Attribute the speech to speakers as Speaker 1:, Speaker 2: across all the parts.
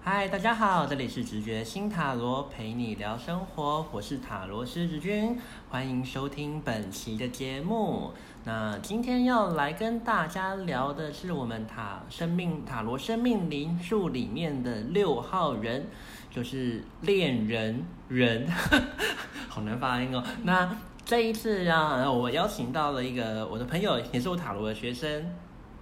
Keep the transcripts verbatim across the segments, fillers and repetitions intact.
Speaker 1: 嗨，大家好，这里是直觉新塔罗，陪你聊生活，我是塔罗师直君，欢迎收听本期的节目。那今天要来跟大家聊的是我们塔生命塔罗生命灵数里面的六号人，就是恋人人，好难发音哦。那这一次啊，我邀请到了一个我的朋友，也是我塔罗的学生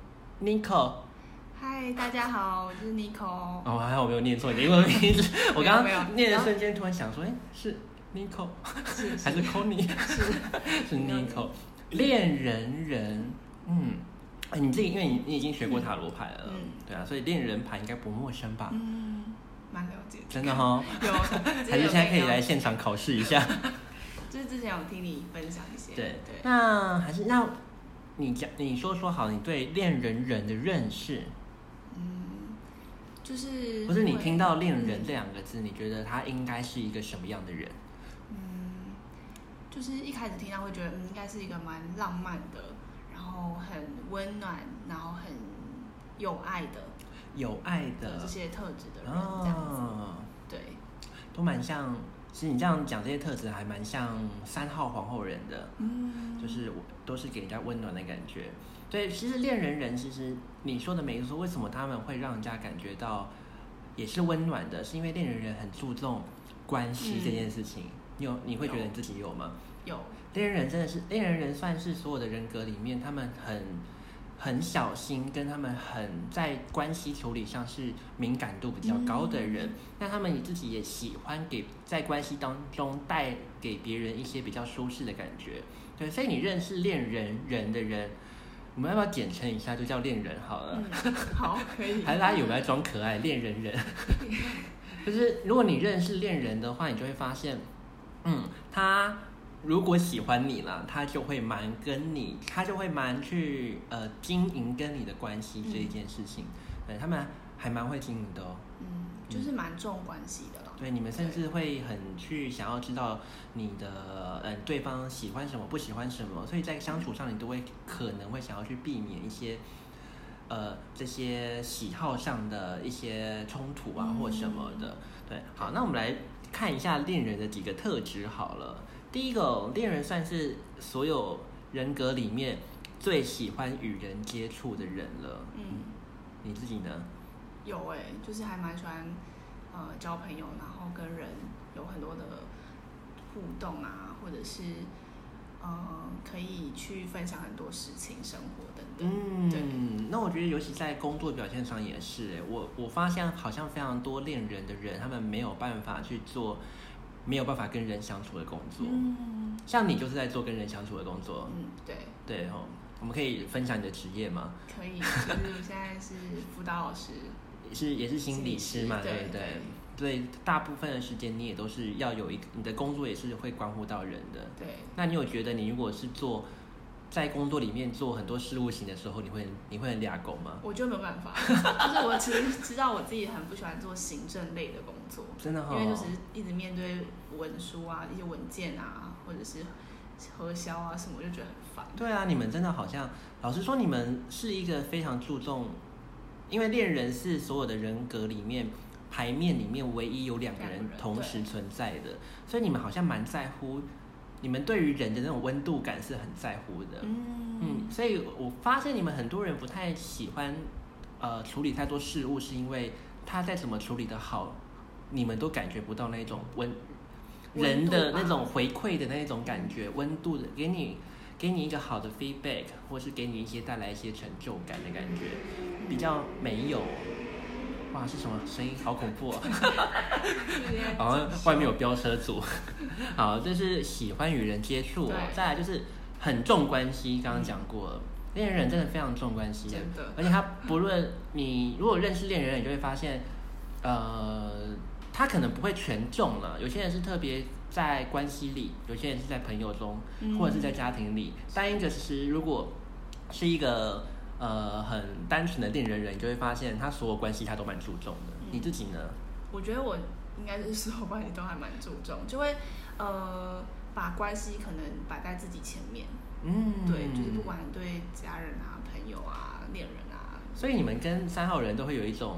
Speaker 1: Nico。
Speaker 2: 嗨，大家好，我是 Nico。
Speaker 1: 哦，还好我没有念错你的英文名字。我刚刚念的瞬间突然想说，哎，是 Nico
Speaker 2: 是
Speaker 1: 还是 Connie？
Speaker 2: 是
Speaker 1: 是 Nico。恋人人，嗯，哎，你自己因为你你已经学过塔罗牌了，嗯，对啊，所以恋人牌应该不陌生吧？
Speaker 2: 嗯，蛮了解。
Speaker 1: 真的哈、哦？
Speaker 2: 有，
Speaker 1: 还是现在可以来现场考试一下？
Speaker 2: 就是之前有听你分享一些。
Speaker 1: 对
Speaker 2: 对。
Speaker 1: 那还是那你讲，你说说好，你对恋人人的认识？
Speaker 2: 嗯，就是
Speaker 1: 不是你听到恋人这两个字，你觉得他应该是一个什么样的人？
Speaker 2: 嗯，就是一开始听到会觉得，嗯，应该是一个蛮浪漫的，然后很温暖，然后很有爱的，
Speaker 1: 有爱的
Speaker 2: 这些特质的人，
Speaker 1: 哦、
Speaker 2: 这样子。对，
Speaker 1: 都蛮像。其实你这样讲这些特质，还蛮像三号皇后人的，
Speaker 2: 嗯，
Speaker 1: 就是都是给人家温暖的感觉。对，其实恋人人，其实你说的没错。为什么他们会让人家感觉到也是温暖的？是因为恋人人很注重关系这件事情。嗯、你有你会觉得你自己有吗？
Speaker 2: 有。
Speaker 1: 恋人人真的是恋人人，算是所有的人格里面，他们很很小心，跟他们很在关系处理上是敏感度比较高的人。嗯、那他们自己也喜欢给在关系当中带给别人一些比较舒适的感觉。对，所以你认识恋人人的人。我们要不要简称一下，就叫恋人好了？
Speaker 2: 嗯、好，可以。
Speaker 1: 还是大家有没有在装可爱？恋人人，就是如果你认识恋人的话，你就会发现，嗯，他如果喜欢你了，他就会蛮跟你，他就会蛮去呃经营跟你的关系这一件事情。嗯、对，他们还蛮会经营的哦。
Speaker 2: 嗯，就是蛮重关系的了。
Speaker 1: 对，你们甚至会很去想要知道你的嗯对方喜欢什么，不喜欢什么，所以在相处上你都会可能会想要去避免一些呃这些喜好上的一些冲突啊、嗯、或什么的。对，好，那我们来看一下恋人的几个特质好了。第一个，恋人算是所有人格里面最喜欢与人接触的人了。嗯，你自己呢？
Speaker 2: 有哎、欸，就是还蛮喜欢。呃，交朋友，然后跟人有很多的互动啊，或者是呃，可以去分享很多事情、生活等等。
Speaker 1: 嗯，
Speaker 2: 对。
Speaker 1: 那我觉得，尤其在工作表现上也是，我我发现好像非常多恋人的人，他们没有办法去做，没有办法跟人相处的工作。嗯，像你就是在做跟人相处的工作。
Speaker 2: 嗯，对。
Speaker 1: 对哦，我们可以分享你的职业吗？
Speaker 2: 可以，就是我现在是辅导老师。
Speaker 1: 是也是心理师嘛，
Speaker 2: 对
Speaker 1: 不对？对，大部分的时间你也都是要有一个，你的工作也是会关乎到人的。
Speaker 2: 对。那
Speaker 1: 你有觉得你如果是做在工作里面做很多事务型的时候，你会你会很俩狗吗？
Speaker 2: 我就没有办法，就是我其实知道我自己很不喜欢做行政类的工作，
Speaker 1: 真的哈、哦，
Speaker 2: 因为就是一直面对文书啊、一些文件啊，或者是核销啊什么，我就觉得很烦。
Speaker 1: 对啊，你们真的好像，老实说，你们是一个非常注重。因为恋人是所有的人格里面牌面里面唯一有两个人同时存在的，所以你们好像蛮在乎，你们对于人的那种温度感是很在乎的。嗯嗯，所以我发现你们很多人不太喜欢呃处理太多事物，是因为他再怎么处理的好，你们都感觉不到那种温人的那种回馈的那种感觉，温度的给你。给你一个好的 feedback， 或是给你一些带来一些成就感的感觉，比较没有。哇，是什么声音？好恐怖哦！好像外面有飙车族。好，这是喜欢与人接触、哦，再来就是很重关系。刚刚讲过了，恋人人真的非常重关系，
Speaker 2: 真的。
Speaker 1: 而且他不论你如果认识恋人人，你就会发现，呃，他可能不会全中了。有些人是特别。在关系里，有些人是在朋友中，或者是在家庭里。但一个是如果是一个呃很单纯的恋人人，你就会发现他所有关系他都蛮注重的。嗯、你自己呢？
Speaker 2: 我觉得我应该是所有关系都还蛮注重，就会呃把关系可能摆在自己前面。嗯，对，就是不管对家人啊、朋友啊、恋人啊。
Speaker 1: 所以你们跟三号人都会有一种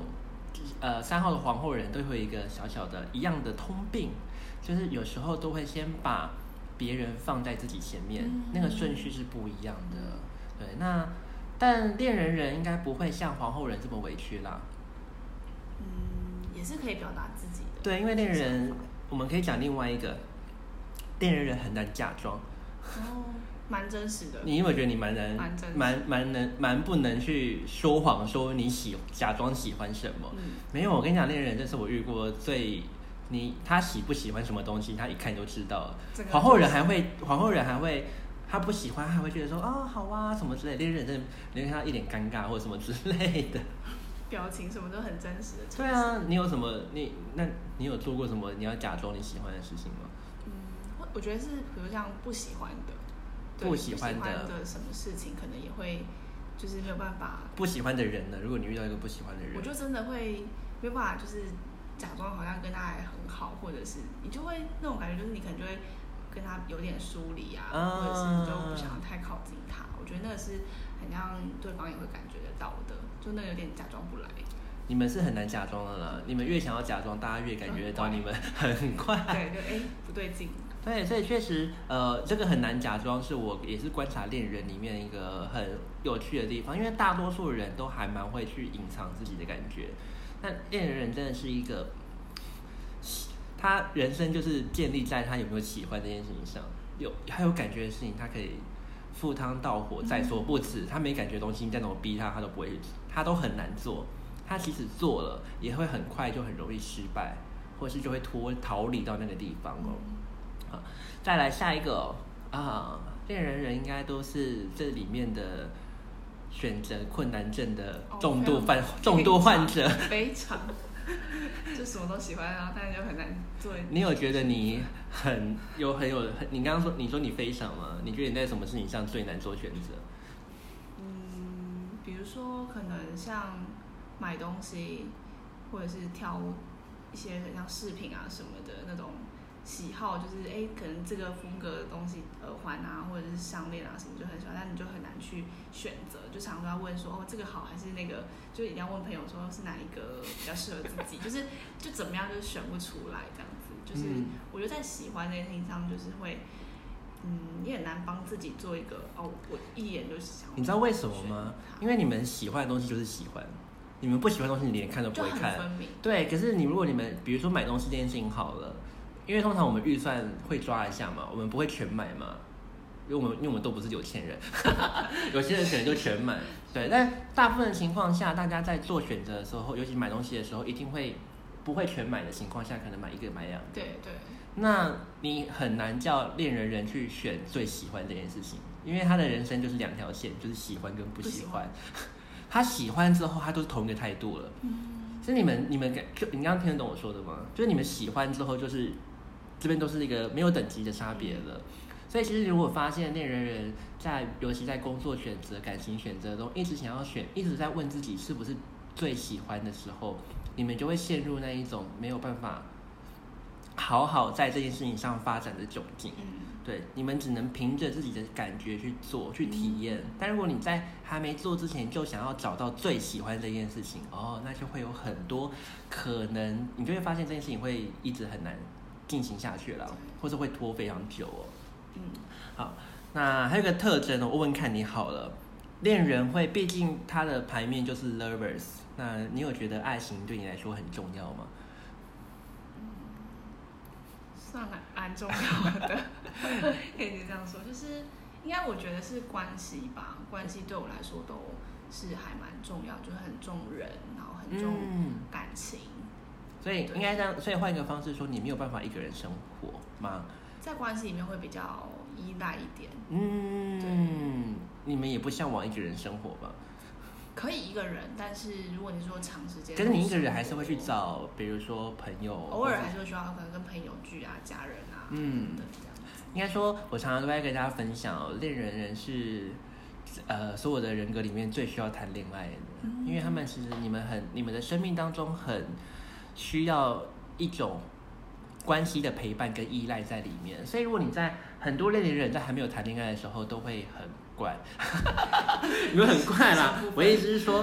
Speaker 1: 呃三号的皇后人都会有一个小小的一样的通病，就是有时候都会先把别人放在自己前面，嗯、那个顺序是不一样的。对，那但恋人人应该不会像皇后人这么委屈啦。
Speaker 2: 嗯，也是可以表达自己的。
Speaker 1: 对，因为恋人人，我们可以讲另外一个，恋人人很难假装。
Speaker 2: 哦，蛮真实的。
Speaker 1: 你有没有觉得你蛮难，蛮蛮能蛮不能去说谎，说你喜假装喜欢什么？嗯、没有，我跟你讲，恋人人这是我遇过最。你他喜不喜欢什么东西，他一看就知道了。皇后人还会，皇后人还会，他不喜欢，他还会觉得说啊、哦、好啊什么之类的。恋人真的，你看他一脸尴尬或者什么之类的，
Speaker 2: 表情什么都很真实的。
Speaker 1: 对啊，你有什么？你那你有做过什么你要假装你喜欢的事情吗？
Speaker 2: 嗯，我觉得是，比如像不喜欢的，
Speaker 1: 不喜欢的，
Speaker 2: 不喜欢的什么事情，可能也会就是没有办法。
Speaker 1: 不喜欢的人呢？如果你遇到一个不喜欢的人，
Speaker 2: 我就真的会没有办法，就是。假装好像跟他还很好，或者是你就会那种感觉，就是你可能就会跟他有点疏离啊，啊或者是你就不想太靠近他。我觉得那个是很像对方也会感觉得到的，就那个有点假装不来。
Speaker 1: 你们是很难假装的啦，你们越想要假装，大家越感觉得到你们很快。
Speaker 2: 对，就哎、欸、不对劲。
Speaker 1: 对，所以确实，呃，这个很难假装，是我也是观察恋人里面一个很有趣的地方，因为大多数人都还蛮会去隐藏自己的感觉。那恋人人真的是一个，他人生就是建立在他有没有喜欢这件事情上，有他有感觉的事情，他可以赴汤蹈火在所不辞。他没感觉的东西，你再怎么逼他，他都不会，他都很难做。他即使做了，也会很快就很容易失败，或是就会脱逃离到那个地方哦。好，再来下一个哦啊，恋人人应该都是这里面的。选择困难症的重度患、哦、重度患者，
Speaker 2: 非常，就什么都喜欢啊，但是就很难做。
Speaker 1: 你有觉得你很有很有很？你刚刚说你说你非常吗？你觉得你在什么事情上最难做选择？
Speaker 2: 嗯，比如说可能像买东西，或者是挑一些很像饰品啊什么的那种。喜好就是哎，可能这个风格的东西，耳环啊，或者是项链啊什么就很喜欢，但你就很难去选择，就常常都要问说哦这个好还是那个，就一定要问朋友说是哪一个比较适合自己，就是就怎么样就是选不出来这样子，就是我觉得在喜欢这件事情上就是会，嗯，也很难帮自己做一个哦，我一眼就想。
Speaker 1: 你知道为什么吗？因为你们喜欢的东西就是喜欢，你们不喜欢的东西你连看都不会看，
Speaker 2: 就很分明。对，
Speaker 1: 可是你如果你们比如说买东西这件事情好了。因为通常我们预算会抓一下嘛，我们不会全买嘛，因为我们因为我们都不是有钱人，有些人可能就全买，对。但大部分的情况下，大家在做选择的时候，尤其买东西的时候，一定会不会全买的情况下，可能买一个买两个。
Speaker 2: 对对。
Speaker 1: 那你很难叫恋人人去选最喜欢这件事情，因为他的人生就是两条线，就是喜欢跟不喜欢。喜欢他喜欢之后，他都是同一个态度了。嗯。所以你们你们就你刚刚听得懂我说的吗？就是你们喜欢之后就是。这边都是一个没有等级的差别了，所以其实如果发现恋人人在尤其在工作选择、感情选择中一直想要选，一直在问自己是不是最喜欢的时候，你们就会陷入那一种没有办法好好在这件事情上发展的窘境。对，你们只能凭着自己的感觉去做、去体验。但如果你在还没做之前就想要找到最喜欢这件事情，哦，那就会有很多可能，你就会发现这件事情会一直很难进行下去了，或者会拖非常久哦。嗯，好，那还有一个特征哦，我问看你好了，恋人会，毕竟它的牌面就是 lovers， 那你有觉得爱情对你来说很重要吗？
Speaker 2: 嗯，算蛮重要的，可以这样说，就是应该我觉得是关系吧，关系对我来说都是还蛮重要，就是很重人，然后很重感情。嗯，
Speaker 1: 所以应该这样，所以换一个方式说，你没有办法一个人生活吗？
Speaker 2: 在关系里面会比较依赖一点。
Speaker 1: 嗯，你们也不向往一个人生活吧？
Speaker 2: 可以一个人，但是如果你说长时间，
Speaker 1: 可是你一个人还是会去找，比如说朋友，
Speaker 2: 偶尔还是会需要可能跟朋友聚啊、家人啊，嗯，这样子。
Speaker 1: 应该说，我常常都在跟大家分享哦，恋人人是呃所有的人格里面最需要谈恋爱的，嗯，因为他们其实你们很，你们的生命当中很需要一种关系的陪伴跟依赖在里面，所以如果你在很多恋人在还没有谈恋爱的时候都会很怪，你们很怪啦。我的意思是说，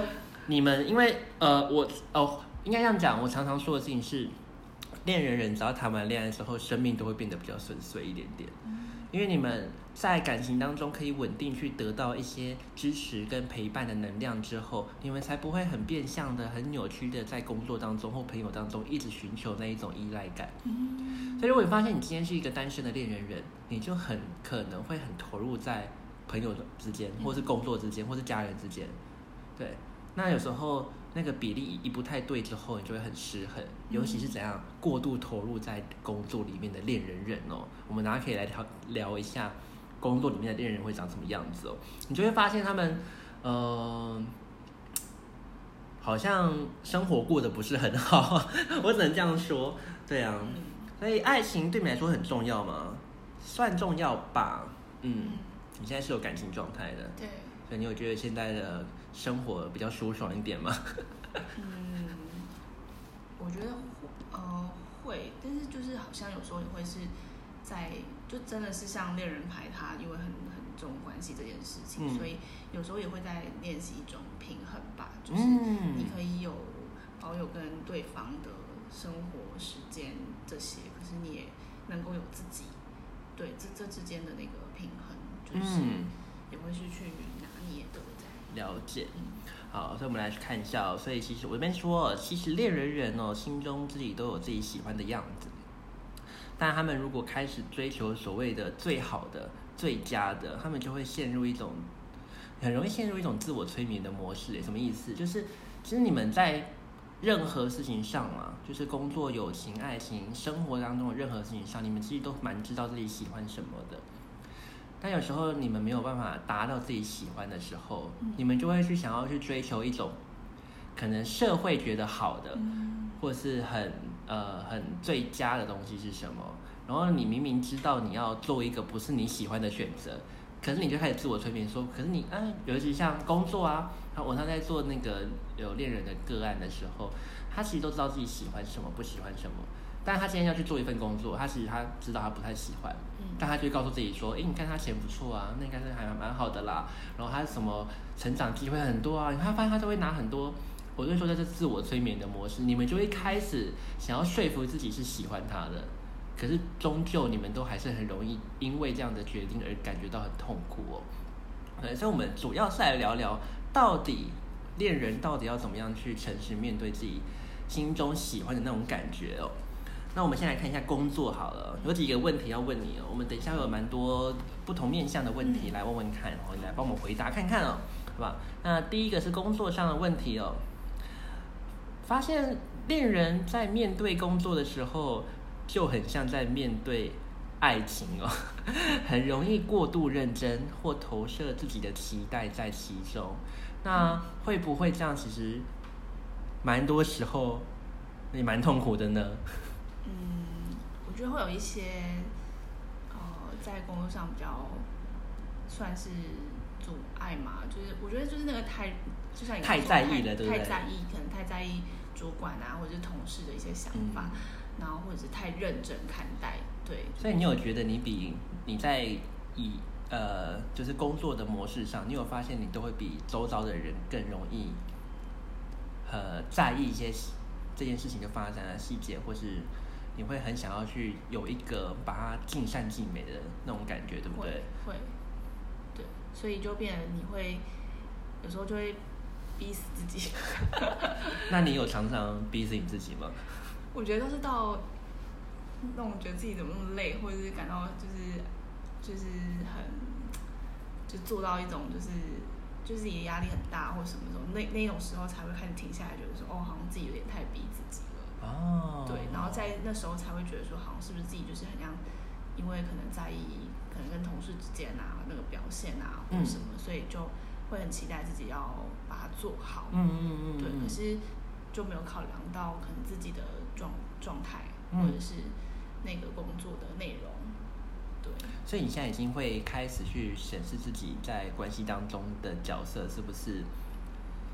Speaker 1: 你们因为呃，我哦，应该这样讲，我常常说的事情是，恋人人只要谈完恋爱之后，生命都会变得比较顺遂一点点，因为你们在感情当中可以稳定去得到一些支持跟陪伴的能量之后，你们才不会很变相的、很扭曲的在工作当中或朋友当中一直寻求那一种依赖感。所以如果你发现你今天是一个单身的恋人人，你就很可能会很投入在朋友之间，或是工作之间，或是家人之间。对，那有时候那个比例一不太对之后，你就会很失衡，尤其是怎样过度投入在工作里面的恋人人哦。我们大家可以来聊聊一下工作里面的恋人会长什么样子哦。你就会发现他们，呃，好像生活过得不是很好，我只能这样说。对啊，所以爱情对你来说很重要吗？算重要吧。嗯，你现在是有感情状态的，
Speaker 2: 对，
Speaker 1: 所以你有觉得现在的生活比较舒爽一点吗？
Speaker 2: 嗯，我觉得呃会，但是就是好像有时候也会是在就真的是像恋人牌，它因为很很重关系这件事情，嗯、所以有时候也会在练习一种平衡吧，就是你可以有保有跟对方的生活时间这些，可是你也能够有自己对这这之间的那个平衡，就是也会是去拿捏的这样。
Speaker 1: 了解。好，所以我们来看一下、哦。所以其实我这边说，其实恋人人哦，心中自己都有自己喜欢的样子。但他们如果开始追求所谓的最好的、最佳的，他们就会陷入一种很容易陷入一种自我催眠的模式。什么意思？就是其实你们在任何事情上嘛，就是工作、友情、爱情、生活当中的任何事情上，你们其实都蛮知道自己喜欢什么的。但有时候你们没有办法达到自己喜欢的时候，嗯、你们就会去想要去追求一种可能社会觉得好的，嗯、或是很呃很最佳的东西是什么。然后你明明知道你要做一个不是你喜欢的选择，可是你就开始自我催眠说，可是你啊，尤其像工作啊，我常在做那个有恋人的个案的时候，他其实都知道自己喜欢什么，不喜欢什么。但他今天要去做一份工作，他其实他知道他不太喜欢，嗯、但他就会告诉自己说：“哎，你看他钱不错啊，那应该是还蛮好的啦。然后他什么成长机会很多啊，他发现他都会拿很多。”我就说这是自我催眠的模式，你们就会开始想要说服自己是喜欢他的，可是终究你们都还是很容易因为这样的决定而感觉到很痛苦哦。对，所以我们主要是来聊聊，到底恋人到底要怎么样去诚实面对自己心中喜欢的那种感觉哦。那我们先来看一下工作好了，有几个问题要问你哦。我们等一下有蛮多不同面向的问题来问问看，然后你来帮我们回答看看哦，好吧？那第一个是工作上的问题哦。发现恋人在面对工作的时候，就很像在面对爱情哦，很容易过度认真或投射自己的期待在其中。那会不会这样？其实蛮多时候也蛮痛苦的呢。
Speaker 2: 嗯，我觉得会有一些呃，在工作上比较算是阻碍嘛，就是我觉得就是那个太，就像你
Speaker 1: 太在意了，对不对？
Speaker 2: 太在意，可能太在意主管啊，或者是同事的一些想法，嗯、然后或者是太认真看待，对。
Speaker 1: 所以你有觉得你比你在以呃，就是工作的模式上，你有发现你都会比周遭的人更容易呃在意一些这件事情的发展的细节，或是你会很想要去有一个把它尽善尽美的那种感觉，对不对？
Speaker 2: 会，会对，所以就变得你会有时候就会逼死自己。
Speaker 1: 那你有常常逼死你自己吗？
Speaker 2: 我觉得都是到那种觉得自己怎么那么累，或者是感到就是就是很就做到一种就是就是自己的压力很大或什么时候，那那种时候才会开始停下来，觉得说哦，好像自己有点太逼自己了。哦。对，然后在那时候才会觉得说，好像是不是自己就是很像，因为可能在意可能跟同事之间啊那个表现啊或什么，嗯、所以就会很期待自己要把它做好。嗯嗯嗯。对，可是就没有考量到可能自己的状状态，或者是那个工作的内容。对。
Speaker 1: 所以你现在已经会开始去审视自己在关系当中的角色是不是？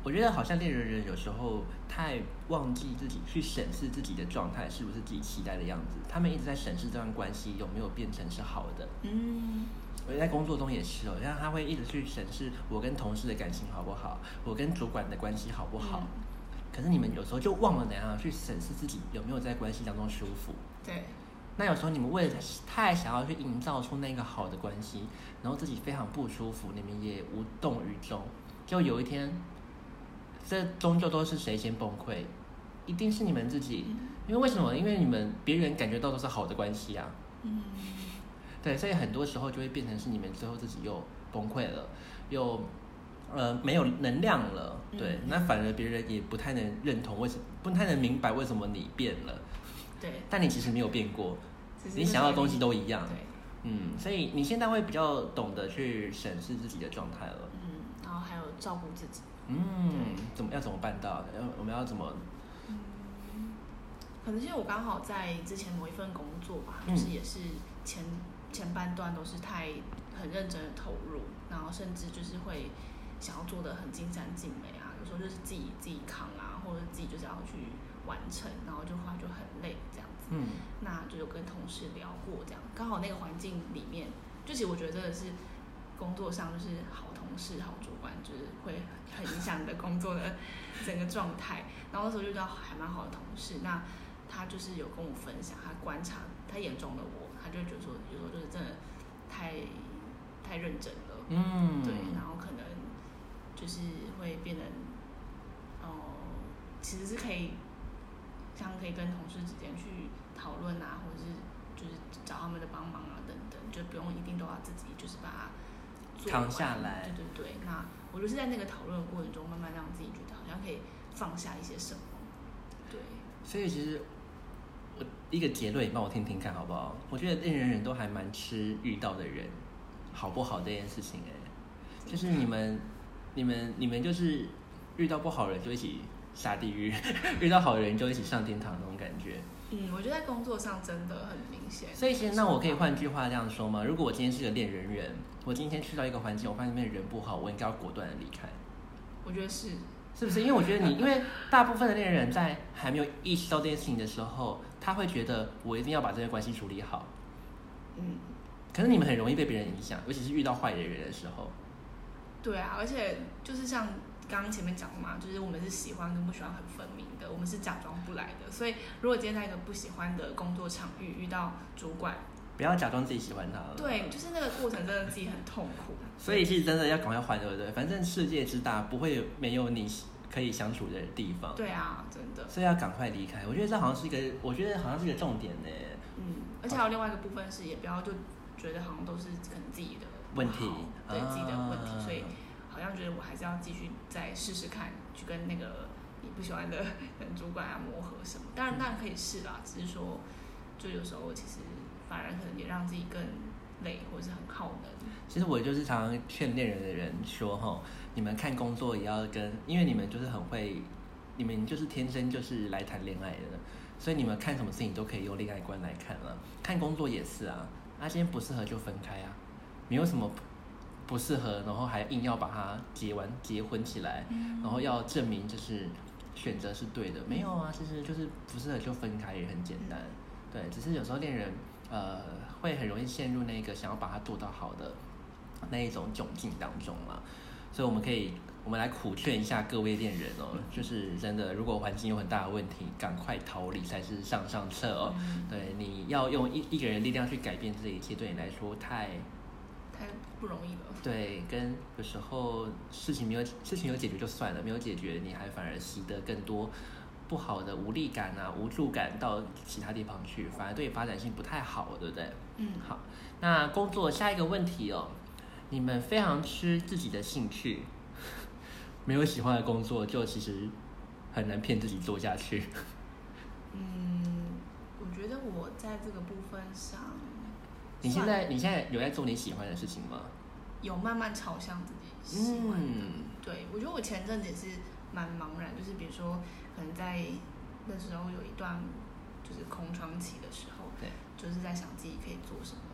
Speaker 1: 我觉得好像恋人人有时候太忘记自己去审视自己的状态是不是自己期待的样子，他们一直在审视这段关系有没有变成是好的。
Speaker 2: 嗯，
Speaker 1: 我在工作中也是哦，像他会一直去审视我跟同事的感情好不好，我跟主管的关系好不好。嗯，可是你们有时候就忘了怎样去审视自己有没有在关系当中舒服。
Speaker 2: 对。
Speaker 1: 那有时候你们为了太想要去营造出那个好的关系，然后自己非常不舒服，你们也无动于衷。就有一天，这终究都是谁先崩溃？一定是你们自己。因为为什么？因为你们别人感觉到都是好的关系啊。嗯。对，所以很多时候就会变成是你们最后自己又崩溃了，又呃没有能量了。对，嗯，那反而别人也不太能认同为什么，不太能明白为什么你变了。
Speaker 2: 对，
Speaker 1: 但你其实没有变过，你想要的东西都一样。对，嗯，所以你现在会比较懂得去审视自己的状态了。
Speaker 2: 嗯，然后还有照顾自己。
Speaker 1: 嗯，怎么要怎么办到？要我们要怎么？
Speaker 2: 嗯，可能是因为我刚好在之前某一份工作吧，嗯，就是也是前前半段都是太很认真的投入，然后甚至就是会想要做的很尽善尽美啊，有时候就是自己自己扛啊，或者自己就是要去完成，然后就话就很累这样子。嗯，那就有跟同事聊过，这样刚好那个环境里面，就其实我觉得真的是工作上就是好同事、好主管，就是会很影响你的工作的整个状态。然后那时候就遇到还蛮好的同事，那他就是有跟我分享，他观察他眼中的我，他就会觉得说，有时候就是真的太太认真了。嗯，对，然后可能就是会变得，哦、呃，其实是可以。像可以跟同事之间去讨论啊，或者是就是找他们的帮忙啊等等，就不用一定都要自己就是把它做
Speaker 1: 扛下来。
Speaker 2: 对对对，那我就是在那个讨论的过程中，慢慢让自己觉得好像可以放下一些什么。对。所
Speaker 1: 以其实我一个结论，你帮我听听看好不好？我觉得恋人人都还蛮吃遇到的人好不好这件事情哎、欸，就是你们你们你们就是遇到不好的人就一起下地狱，遇到好的人就一起上天堂那种感觉。
Speaker 2: 嗯，我觉得在工作上真的很明显。
Speaker 1: 所以其实那我可以换句话这样说吗？如果我今天是个恋人人，我今天去到一个环境，我发现那边人不好，我应该要果断的离开。
Speaker 2: 我觉得是，
Speaker 1: 是不是？因为我觉得你，因为大部分的恋人在还没有意识到这件事情的时候，他会觉得我一定要把这些关系处理好。嗯。可是你们很容易被别人影响，尤其是遇到坏的人的时候。
Speaker 2: 对啊，而且就是像刚刚前面讲的嘛，就是我们是喜欢跟不喜欢很分明的，我们是假装不来的。所以如果今天在一个不喜欢的工作场域遇到主管，
Speaker 1: 不要假装自己喜欢他了。
Speaker 2: 对，就是那个过程真的自己很痛苦。
Speaker 1: 所以其实真的要赶快换，对不对？反正世界之大，不会没有你可以相处的地方。
Speaker 2: 对啊，真的。
Speaker 1: 所以要赶快离开。我觉得这好像是一个，我觉得好像是一个重点呢。
Speaker 2: 嗯，而且还有另外一个部分是，也不要就觉得好像都是可能自己的
Speaker 1: 问题，
Speaker 2: 对、啊、自己的问题，所以好像觉得我还是要继续再试试看，去跟那个你不喜欢的人主管啊磨合什么。当然，当然可以试啦，只是说，就有时候其实反而可能也让自己更累，或者是很耗能。
Speaker 1: 其实我就是常常劝恋人的人说，哈，你们看工作也要跟，因为你们就是很会，你们就是天生就是来谈恋爱的，所以你们看什么事情都可以用恋爱观来看了。看工作也是啊，啊，今天不适合就分开啊，没有什么不适合，然后还硬要把它结完结婚起来，然后要证明就是选择是对的，没有啊，其实就是不适合就分开也很简单，对，只是有时候恋人呃会很容易陷入那个想要把它做到好的那一种窘境当中嘛，所以我们可以我们来苦劝一下各位恋人哦，就是真的，如果环境有很大的问题，赶快逃离才是上上策哦。对，你要用一一个人的力量去改变这一切，对你来说太
Speaker 2: 太不容易了。
Speaker 1: 对，跟有时候事情没有事情有解决就算了，没有解决你还反而习得更多不好的无力感啊、无助感到其他地方去，反而对发展性不太好，对不对？嗯，好。那工作下一个问题哦，你们非常吃自己的兴趣，没有喜欢的工作，就其实很难骗自己做下去。
Speaker 2: 嗯，我觉得我在这个部分上，
Speaker 1: 你现在你现在有在做你喜欢的事情吗？
Speaker 2: 有慢慢朝向自己喜欢的。嗯、对，我觉得我前阵子也是蛮茫然，就是比如说可能在那时候有一段就是空窗期的时候，对，就是在想自己可以做什么。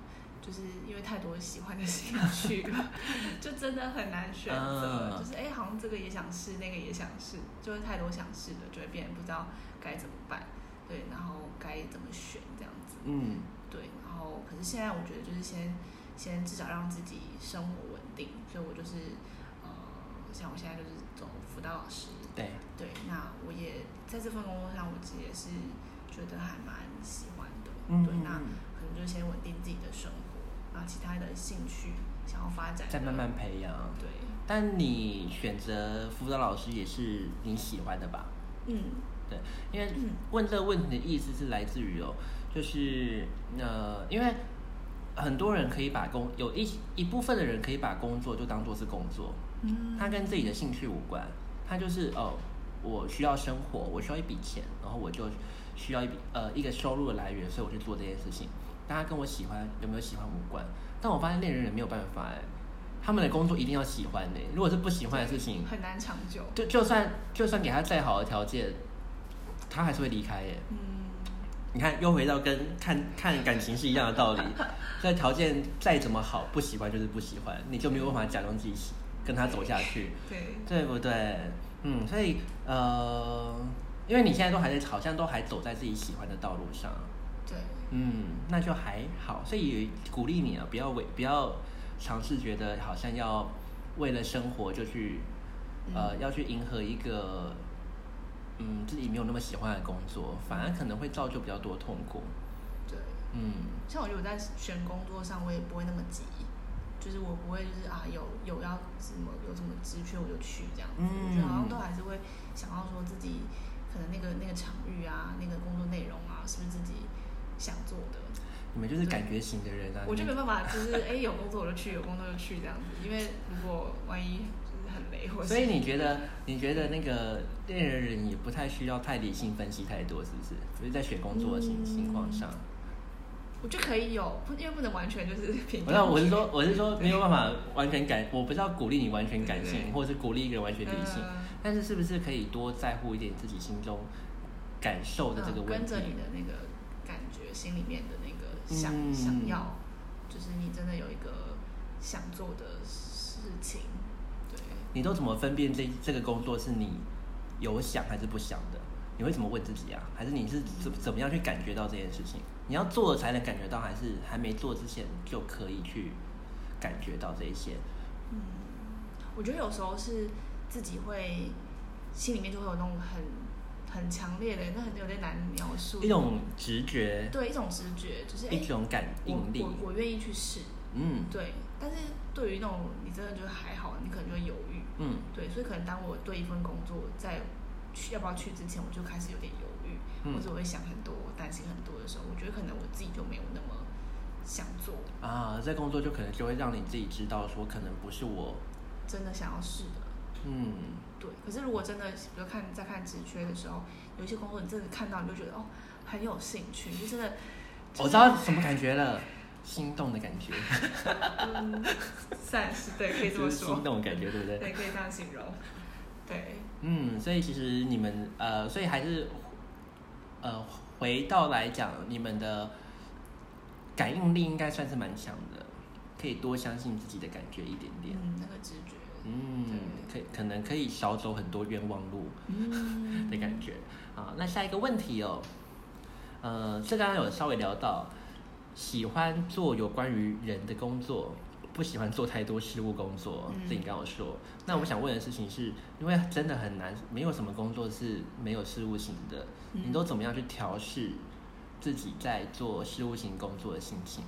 Speaker 2: 就是因为太多喜欢的兴趣了，就真的很难选择。嗯、就是哎、欸，好像这个也想试，那个也想试，就会太多想试的，就会变得不知道该怎么办。对，然后该怎么选这样子。嗯，对，然后可是现在我觉得就是先先至少让自己生活稳定，所以我就是呃，像我现在就是走辅导老师。
Speaker 1: 对
Speaker 2: 对，那我也在这份工作上，我其实也是觉得还蛮喜欢的。嗯，对，那可能就先稳定自己的生活，然后其他的兴趣想要发展，
Speaker 1: 再慢慢培养。
Speaker 2: 对，
Speaker 1: 但你选择辅导老师也是你喜欢的吧？嗯。对，因为问这个问题的意思是来自于哦，就是呃，因为很多人可以把工有一一部分的人可以把工作就当作是工作，嗯，它跟自己的兴趣无关，它就是哦，我需要生活，我需要一笔钱，然后我就需要一笔呃一个收入的来源，所以我去做这件事情，但它跟我喜欢有没有喜欢无关。但我发现恋人人没有办法哎。他们的工作一定要喜欢呢，如果是不喜欢的事情，
Speaker 2: 很难长久。
Speaker 1: 就就算就算给他再好的条件，他还是会离开耶。嗯，你看，又回到跟看看感情是一样的道理。所以条件再怎么好，不喜欢就是不喜欢，你就没有办法假装自己跟他走下去，
Speaker 2: 对，
Speaker 1: 对不对？嗯，所以呃，因为你现在都还在，好像都还走在自己喜欢的道路上，
Speaker 2: 对，
Speaker 1: 嗯，那就还好。所以鼓励你啊，不要为不要尝试觉得好像要为了生活就去，呃，嗯、要去迎合一个。嗯，自己没有那么喜欢的工作，反而可能会造就比较多痛苦。
Speaker 2: 对，嗯，像我觉得我在选工作上，我也不会那么急，就是我不会就是啊有有要什么有什么职缺我就去这样子，嗯、我觉得好像都还是会想要说自己可能那个那个场域啊，那个工作内容啊，是不是自己想做的。
Speaker 1: 你们就是感觉型的人啊。
Speaker 2: 我就没办法，就是哎、欸、有工作我就去，有工作就去这样子，因为如果万一。很累，
Speaker 1: 所以你觉得，你觉得那个恋人人也不太需要太理性分析太多，是不是？就是在选工作的情情况上，
Speaker 2: 我觉得可以有，因为不能完全就是凭。
Speaker 1: 不是，我是说，我是说没有办法完全感，我不是要鼓励你完全感性，或者是鼓励一个人完全理性，呃、但是是不是可以多在乎一点自己心中感受的这个问题？
Speaker 2: 跟着你的那个感觉，心里面的那个想、嗯、想要，就是你真的有一个想做的事情。
Speaker 1: 你都怎么分辨这这个工作是你有想还是不想的？你会怎么问自己啊？还是你是怎怎么样去感觉到这件事情？你要做了才能感觉到，还是还没做之前就可以去感觉到这一些？
Speaker 2: 嗯，我觉得有时候是自己会心里面就会有那种很很强烈的，那很有点难描述。
Speaker 1: 一种直觉。
Speaker 2: 对，一种直觉，就是
Speaker 1: 一种感应力。
Speaker 2: 我我我愿意去试。嗯，对。但是对于那种你真的觉得还好，你可能就会犹豫。嗯，对，所以可能当我对一份工作在去要不要去之前，我就开始有点犹豫，嗯、或者我会想很多、担心很多的时候，我觉得可能我自己就没有那么想做
Speaker 1: 啊。这工作就可能就会让你自己知道说，可能不是我
Speaker 2: 真的想要试的。嗯，对。可是如果真的，比如看在看职缺的时候，有一些工作你真的看到你就觉得哦很有兴趣，就真的、就是、
Speaker 1: 我知道什么感觉了。心动的感觉，
Speaker 2: 嗯，算是对，可以这么说。
Speaker 1: 就是心动的感觉，对不对？
Speaker 2: 对，可以这样形容。对。
Speaker 1: 嗯，所以其实你们呃，所以还是呃，回到来讲，你们的感应力应该算是蛮强的，可以多相信自己的感觉一点点。
Speaker 2: 嗯，那个直觉。
Speaker 1: 嗯，可以可能可以少走很多冤枉路的感觉。啊，那下一个问题哦，呃，这刚刚有稍微聊到。喜欢做有关于人的工作，不喜欢做太多事务工作。嗯、这你刚刚说。那我想问的事情是，因为真的很难，没有什么工作是没有事务型的。嗯、你都怎么样去调试自己在做事务型工作的心情？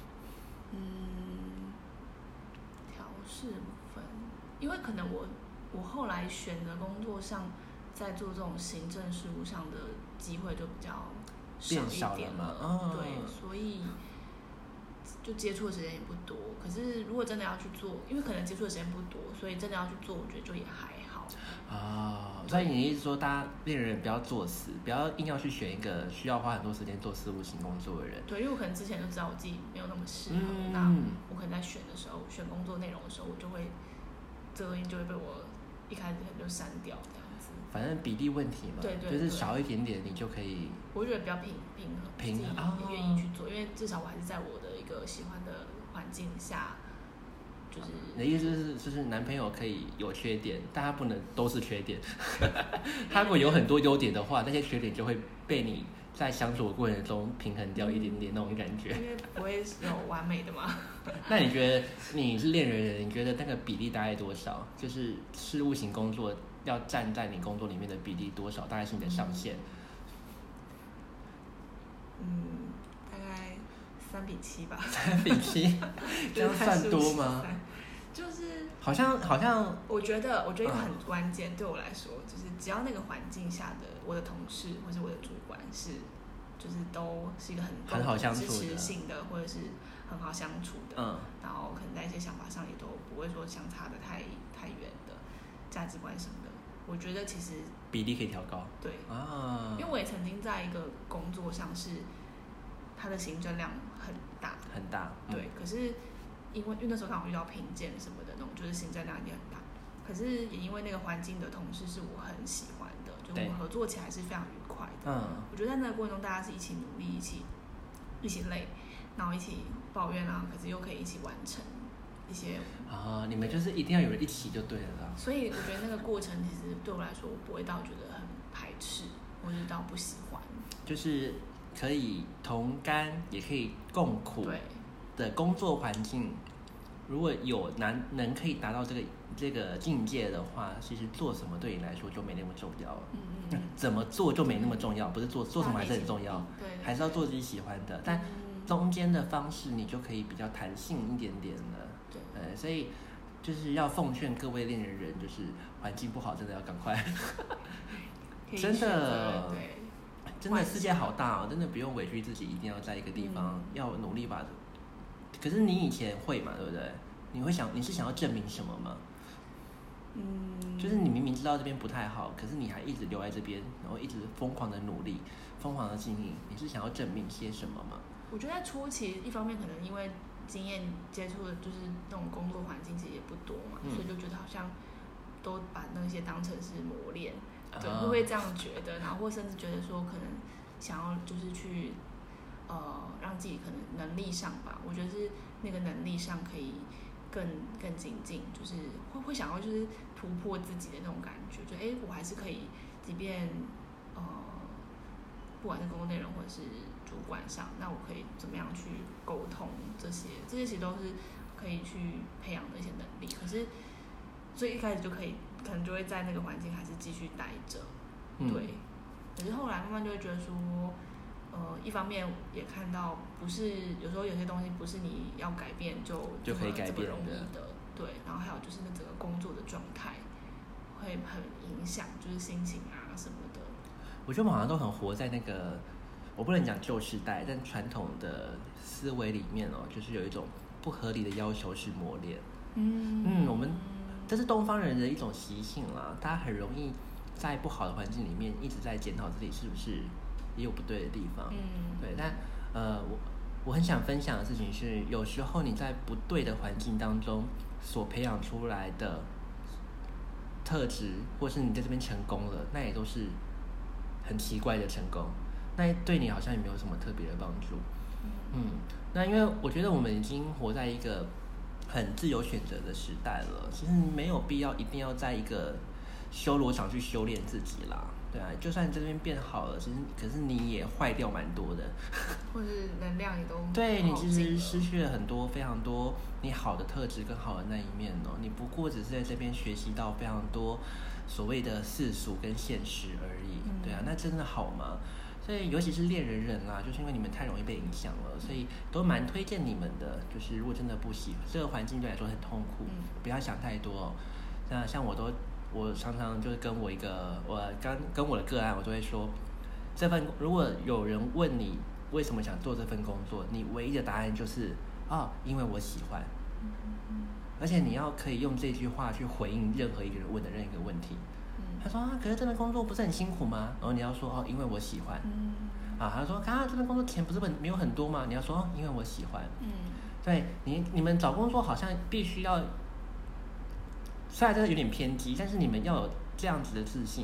Speaker 2: 嗯，调试部分，因为可能我我后来选的工作上，在做这种行政事务上的机会就比较。
Speaker 1: 变少了嘛？
Speaker 2: 哦、对，所以就接触的时间也不多。可是如果真的要去做，因为可能接触的时间不多，所以真的要去做，我觉得就也还好。
Speaker 1: 啊、哦，所以你的意思说，大家恋人不要作死，不要硬要去选一个需要花很多时间做事务型工作的人。
Speaker 2: 对，因为我可能之前就知道我自己没有那么适合，嗯、那我可能在选的时候，选工作内容的时候，我就会这个音就会被我一开始就删掉这样子。
Speaker 1: 反正比例问题嘛，
Speaker 2: 对对对，
Speaker 1: 就是少一点点你就可以。
Speaker 2: 我觉得比较平平衡，
Speaker 1: 平衡，
Speaker 2: 自己愿意去做，哦，因为至少我还是在我的一个喜欢的环境下，就是
Speaker 1: 你的意思是，就是男朋友可以有缺点，但他不能都是缺点。他如果有很多优点的话，那些缺点就会被你在相处的过程中平衡掉一点点那种感觉。
Speaker 2: 因为不会有完美的嘛。
Speaker 1: 那你觉得你是恋人人，你觉得那个比例大概多少？就是事务型工作要占在你工作里面的比例多少？大概是你的上限？
Speaker 2: 嗯，大概三比七吧。
Speaker 1: 三比七，这样算多吗？
Speaker 2: 就是
Speaker 1: 好像好像，
Speaker 2: 我觉得我觉得一个很关键，嗯，对我来说，就是只要那个环境下的我的同事或是我的主管是，就是都是一个很
Speaker 1: 很好相处的、
Speaker 2: 支持性的，或者是很好相处的，
Speaker 1: 嗯，
Speaker 2: 然后可能在一些想法上也都不会说相差的太太远的价值观什么的，我觉得其实
Speaker 1: 比例可以调高。
Speaker 2: 对
Speaker 1: 啊，
Speaker 2: 因为我也曾经在一个工作上是，它的行政量很大，
Speaker 1: 很大，
Speaker 2: 嗯，对，可是因为因为那时候刚好遇到评鉴什么的那种，就是行政量也很大，可是也因为那个环境的同事是我很喜欢的，就我们合作起来是非常愉快的。嗯，我觉得在那个过程中，大家是一起努力，一起一起累，然后一起抱怨啊，可是又可以一起完成一些
Speaker 1: 啊，你们就是一定要有人一起就对了啦。
Speaker 2: 所以我觉得那个过程其实对我来说，我不会到觉得很排斥，或者到不喜欢，就是
Speaker 1: 可以同甘，也可以共苦的工作环境。如果有难能可以达到这个这个境界的话，其实做什么对你来说就没那么重要了。嗯嗯，怎么做就没那么重要，不是做做什么还是很重要，
Speaker 2: 对，
Speaker 1: 还是要做自己喜欢的。但中间的方式你就可以比较弹性一点点了。对，呃，所以就是要奉劝各位恋人人，就是环境不好真的要赶快。真的，对，真的世界好大哦，真的不用委屈自己，一定要在一个地方，嗯，要努力把。可是你以前会嘛，对不对？你会想，你是想要证明什么吗？嗯，就是你明明知道这边不太好，可是你还一直留在这边，然后一直疯狂的努力，疯狂的经营，你是想要证明些什么吗？
Speaker 2: 我觉得在初期，一方面可能因为经验接触的就是那种工作环境其实也不多嘛，嗯，所以就觉得好像都把那些当成是磨练，对，会不会这样觉得？然后或甚至觉得说可能想要就是去。呃，让自己可能能力上吧，我觉得是那个能力上可以更更精进，就是会会想要就是突破自己的那种感觉，就哎，我还是可以，即便呃，不管是工作内容或者是主管上，那我可以怎么样去沟通这些，这些其实都是可以去培养的一些能力。可是，所以一开始就可以，可能就会在那个环境还是继续待着，嗯，对。可是后来慢慢就会觉得说。呃，一方面也看到，不是有时候有些东西不是你要改变就
Speaker 1: 就可以改变
Speaker 2: 容易的，对。然后还有就是那整个工作的状态会很影响，就是心情啊什么的。
Speaker 1: 我觉得我们好像都很活在那个，我不能讲旧时代，但传统的思维里面哦，就是有一种不合理的要求是磨练。嗯嗯，我们这是东方人的一种习性啦，大家很容易在不好的环境里面一直在检讨自己是不是。也有不对的地方，嗯，对，但呃，我我很想分享的事情是，有时候你在不对的环境当中所培养出来的特质，或是你在这边成功了，那也都是很奇怪的成功，那对你好像也没有什么特别的帮助，嗯，那因为我觉得我们已经活在一个很自由选择的时代了，其实没有必要一定要在一个修罗场去修炼自己啦。对啊，就算你这边变好了，其实可是你也坏掉蛮多的，
Speaker 2: 或者是能量也都
Speaker 1: 对你其实失去了很多非常多你好的特质跟好的那一面哦。你不过只是在这边学习到非常多所谓的世俗跟现实而已，嗯，对啊，那真的好吗？所以尤其是恋人人啦，就是因为你们太容易被影响了，所以都蛮推荐你们的。就是如果真的不喜欢这个环境对来说很痛苦，嗯，不要想太多哦。那像我都。我常常就是跟我一个我刚跟我的个案，我就会说，这份如果有人问你为什么想做这份工作，你唯一的答案就是啊，因为我喜欢。而且你要可以用这句话去回应任何一个人问的任何一个问题。他说啊，可是这份工作不是很辛苦吗？然后你要说哦，因为我喜欢。啊，他说啊，这份工作钱不是很没有很多吗？你要说哦，因为我喜欢。对你你们找工作好像必须要。虽然这有点偏激，但是你们要有这样子的自信，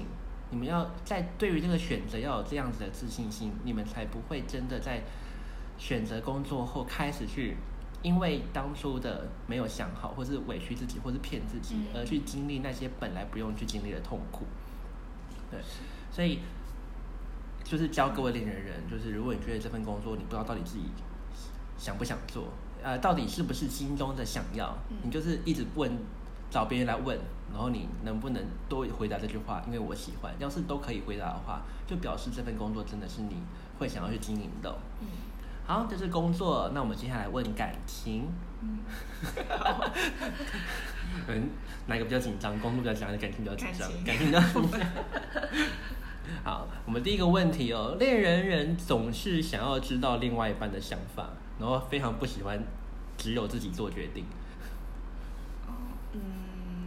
Speaker 1: 你们要在对于这个选择要有这样子的自信心，你们才不会真的在选择工作后开始去因为当初的没有想好，或是委屈自己，或是骗自己，而去经历那些本来不用去经历的痛苦。对，所以就是教各位恋人人，就是如果你觉得这份工作你不知道到底自己想不想做，呃，到底是不是心中的想要，你就是一直问，找别人来问，然后你能不能多回答这句话？因为我喜欢，要是都可以回答的话，就表示这份工作真的是你会想要去经营的、哦。嗯，好，这是工作，那我们接下来问感情。嗯，嗯，哪个比较紧张？工作比较紧张，还是感情比较紧张？感情比较紧张。好，我们第一个问题哦，恋人人总是想要知道另外一半的想法，然后非常不喜欢只有自己做决定。
Speaker 2: 哦，嗯，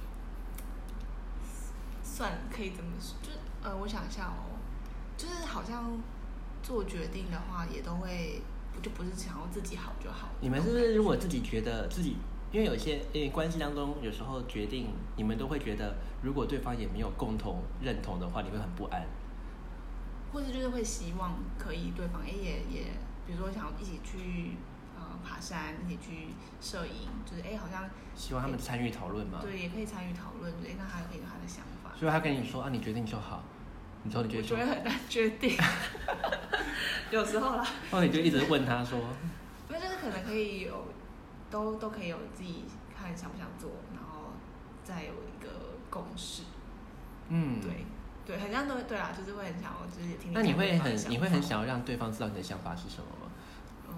Speaker 2: 算可以这么说，就呃，我想一下哦，就是好像做决定的话，也都会就不是想要自己好就好。
Speaker 1: 你们是不是如果自己觉得自己，因为有些因为关系当中，有时候决定你们都会觉得，如果对方也没有共同认同的话，你会很不安，
Speaker 2: 或者就是会希望可以对方哎也也，比如说想要一起去呃爬山，一起去摄影，就是哎好像
Speaker 1: 希望他们参与讨论嘛。
Speaker 2: 对，也可以参与讨论，对，那他可以有他的想法。
Speaker 1: 所以他跟你说啊，你决定就好。你之后你觉得
Speaker 2: 我觉得很难决定，有时候啦。
Speaker 1: 然后你就一直问他说，
Speaker 2: 不是，就是可能可以有，都都可以有自己看想不想做，然后再有一个共识。嗯，对对，很像都对啦，就是会很想要，就是听你。
Speaker 1: 那你会很你会很想要让对方知道你的想法是什么吗？
Speaker 2: 嗯，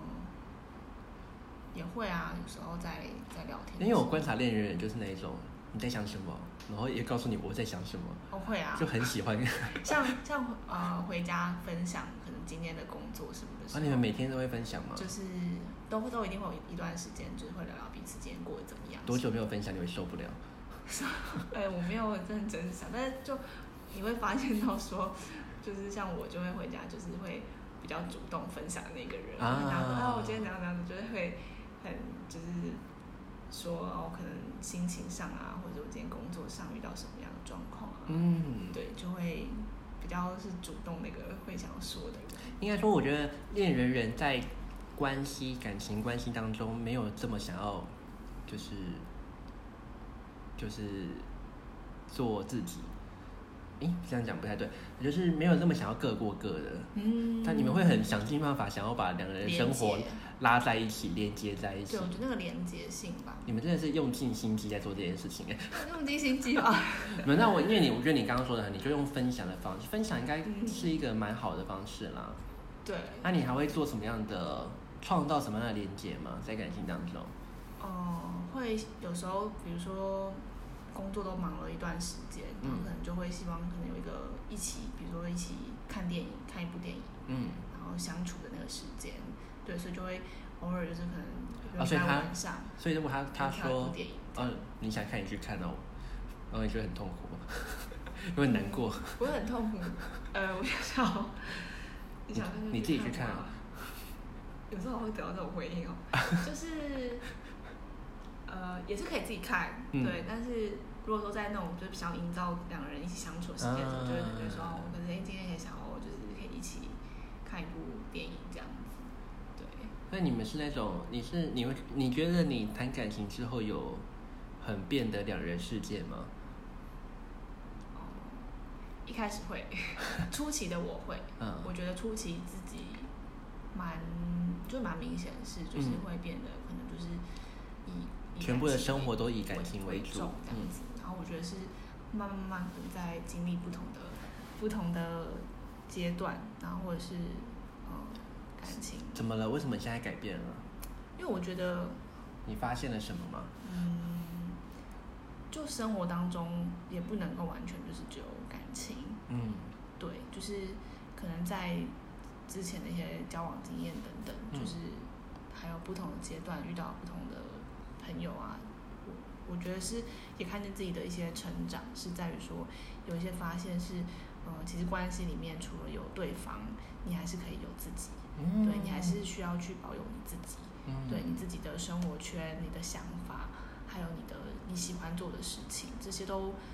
Speaker 2: 也会啊，有时候在在聊天。
Speaker 1: 因为我观察恋人就是那一种，你在想什么？然后也告诉你我在想什么。
Speaker 2: 我、哦、会啊，
Speaker 1: 就很喜欢。
Speaker 2: 像像呃回家分享可能今天的工作什么的时候。
Speaker 1: 啊，你们每天都会分享吗？
Speaker 2: 就是都都一定会有一段时间，就是会聊聊彼此今天过得怎么样。
Speaker 1: 多久没有分享你会受不了？
Speaker 2: 哎、欸，我没有认真想，但是就你会发现到说，就是像我就会回家，就是会比较主动分享的那个人。啊，然后啊，我今天怎样怎样，就是会很就是。说哦，可能心情上啊，或者我今天工作上遇到什么样的状况啊，嗯，对，就会比较是主动那个会想说的人。
Speaker 1: 应该说，我觉得恋人人在关系、感情关系当中没有这么想要，就是就是做自己。诶，这样讲不太对，就是没有那么想要各过各的。嗯，但你们会很想尽办法想要把两个人的生活拉在一起，连接在一起。
Speaker 2: 对，我觉得那个连接性吧。
Speaker 1: 你们真的是用尽心机在做这件事情哎。
Speaker 2: 用尽心机吧。
Speaker 1: 那我因为你，我觉得你刚刚说的，你就用分享的方式，分享应该是一个蛮好的方式啦。
Speaker 2: 对。
Speaker 1: 那你还会做什么样的，创造什么样的连接吗？在感情当中？
Speaker 2: 哦、呃，会有时候，比如说。工作都忙了一段时间，然后可能就会希望可能有一个一起，比如说一起看电影，看一部电影，嗯，然后相处的那个时间，对，所以就会偶尔就是可能，比如说晚上，
Speaker 1: 所以如果他他说，哦，你想看你去看哦，然后你觉得很痛苦，因为很难过，
Speaker 2: 不会很痛苦，呃，我想想，你想看
Speaker 1: 你自己去看啊，
Speaker 2: 有时候我会得到这种回应哦，就是。呃，也是可以自己看，嗯、对。但是如果说在那种就是想营造两个人一起相处的时间的时候，啊、就会觉得说，哦，我可能今天也想要，就是可以一起看一部电影这样子，对。
Speaker 1: 那你们是那种，你是你会你觉得你谈感情之后有很变的两人世界吗？
Speaker 2: 哦，一开始会，初期的我会，嗯，我觉得初期自己蛮就蛮明显的是，就是会变得、嗯、可能就是以。
Speaker 1: 全部的生活都以感情为主，
Speaker 2: 这样子。然后我觉得是慢慢慢慢在经历不同的不同的阶段，然后或者是呃感情。
Speaker 1: 怎么了？为什么现在改变了？
Speaker 2: 因为我觉得。
Speaker 1: 你发现了什么吗？
Speaker 2: 嗯，就生活当中也不能够完全就是只有感情。嗯，对，就是可能在之前的一些交往经验等等，嗯、就是还有不同的阶段遇到不同的。朋友啊，我我觉得是也看见自己的一些成长，是在于说有一些发现是，呃，其实关系里面除了有对方，你还是可以有自己，嗯、对你还是需要去保有你自己，嗯、对你自己的生活圈、你的想法，还有你的你喜欢做的事情，这些都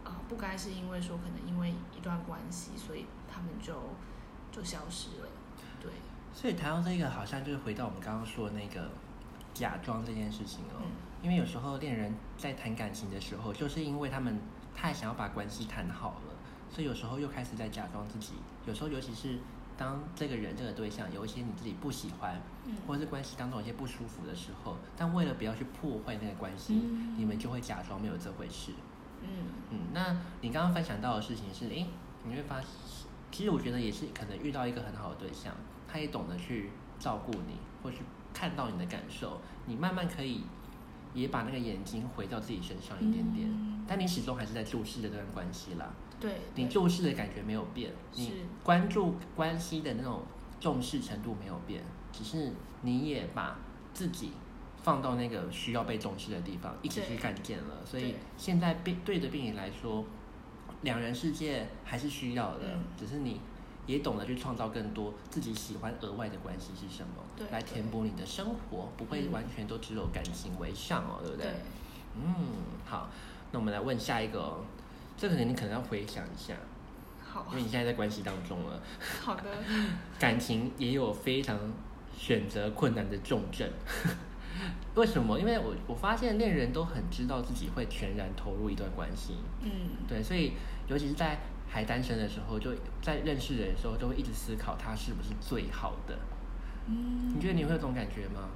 Speaker 2: 呃不该是因为说可能因为一段关系，所以他们就就消失了。对。
Speaker 1: 所以谈到这个，好像就是回到我们刚刚说的那个假装这件事情哦。
Speaker 2: 嗯、
Speaker 1: 因为有时候恋人在谈感情的时候，就是因为他们太想要把关系谈好了，所以有时候又开始在假装自己。有时候尤其是当这个人这个对象有一些你自己不喜欢，嗯、或者是关系当中有些不舒服的时候，但为了不要去破坏那个关系，嗯、你们就会假装没有这回事。嗯嗯，那你刚刚分享到的事情是，诶，你会发现，其实我觉得也是可能遇到一个很好的对象，他也懂得去照顾你，或是看到你的感受，你慢慢可以也把那个眼睛回到自己身上一点点，嗯、但你始终还是在注视这段关系啦。
Speaker 2: 对，
Speaker 1: 你注视的感觉没有变，你关注关系的那种重视程度没有变，只是你也把自己放到那个需要被重视的地方，一起去看见了。所以现在对着病人来说，两人世界还是需要的，嗯、只是你也懂得去创造更多自己喜欢额外的关系是什么，来填补你的生活，不会完全都只有感情为上哦，对不对？
Speaker 2: 对。
Speaker 1: 嗯，好，那我们来问下一个哦。这个你可能要回想一下，
Speaker 2: 好，
Speaker 1: 因为你现在在关系当中了。
Speaker 2: 好的。
Speaker 1: 感情也有非常选择困难的重症。为什么？因为我我发现恋人都很知道自己会全然投入一段关系，嗯，对，所以尤其是在还单身的时候，就在认识人的时候，都会一直思考他是不是最好的。嗯，你觉得你会有这种感觉吗？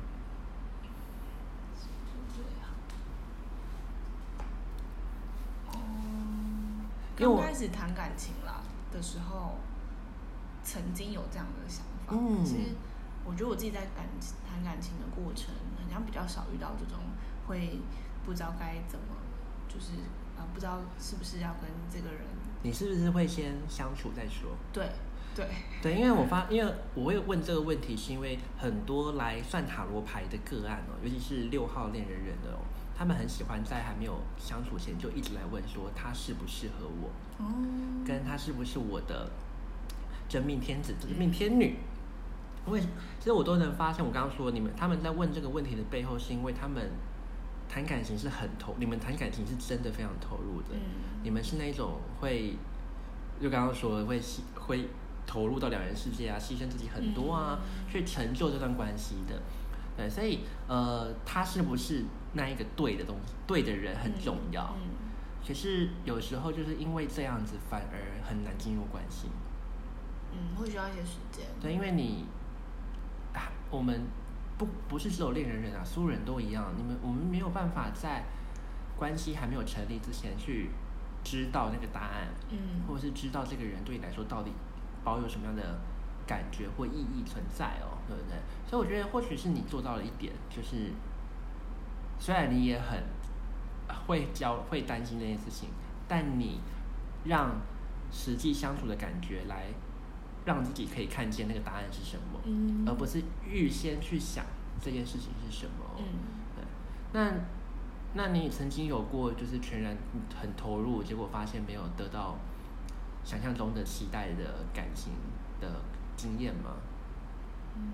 Speaker 2: 刚开始谈感情啦的时候，曾经有这样的想法。嗯，其实我觉得我自己在感谈感情的过程，好像比较少遇到这种会不知道该怎么，就是呃不知道是不是要跟这个人。
Speaker 1: 你是不是会先相处再说？
Speaker 2: 对对
Speaker 1: 对，因为我发，因为我会问这个问题，是因为很多来算塔罗牌的个案哦，尤其是六号恋人人的哦。他们很喜欢在还没有相处前就一直来问说他适不适合我，哦、跟他是不是我的真命天子、真命天女。因为其实我都能发现，我刚刚说你们他们在问这个问题的背后，是因为他们谈感情是很投，你们谈感情是真的非常投入的，嗯、你们是那种会，就刚刚说会会投入到两人世界啊，牺牲自己很多啊，嗯、去成就这段关系的。对，所以呃，他是不是那一个对的东西，对的人很重要。嗯嗯、可是有时候就是因为这样子，反而很难进入关系。
Speaker 2: 嗯，会需要一些时间。
Speaker 1: 对，因为你，啊、我们不不是只有恋人人啊，所有人都一样。你们我们没有办法在关系还没有成立之前去知道那个答案，嗯，或者是知道这个人对你来说到底保有什么样的感觉或意义存在哦，对不对？所以我觉得或许是你做到了一点，就是虽然你也很会焦会担心这件事情，但你让实际相处的感觉来让自己可以看见那个答案是什么，嗯、而不是预先去想这件事情是什么。嗯，对。那那你曾经有过就是全然很投入，结果发现没有得到想象中的期待的感情的经验吗？
Speaker 2: 嗯，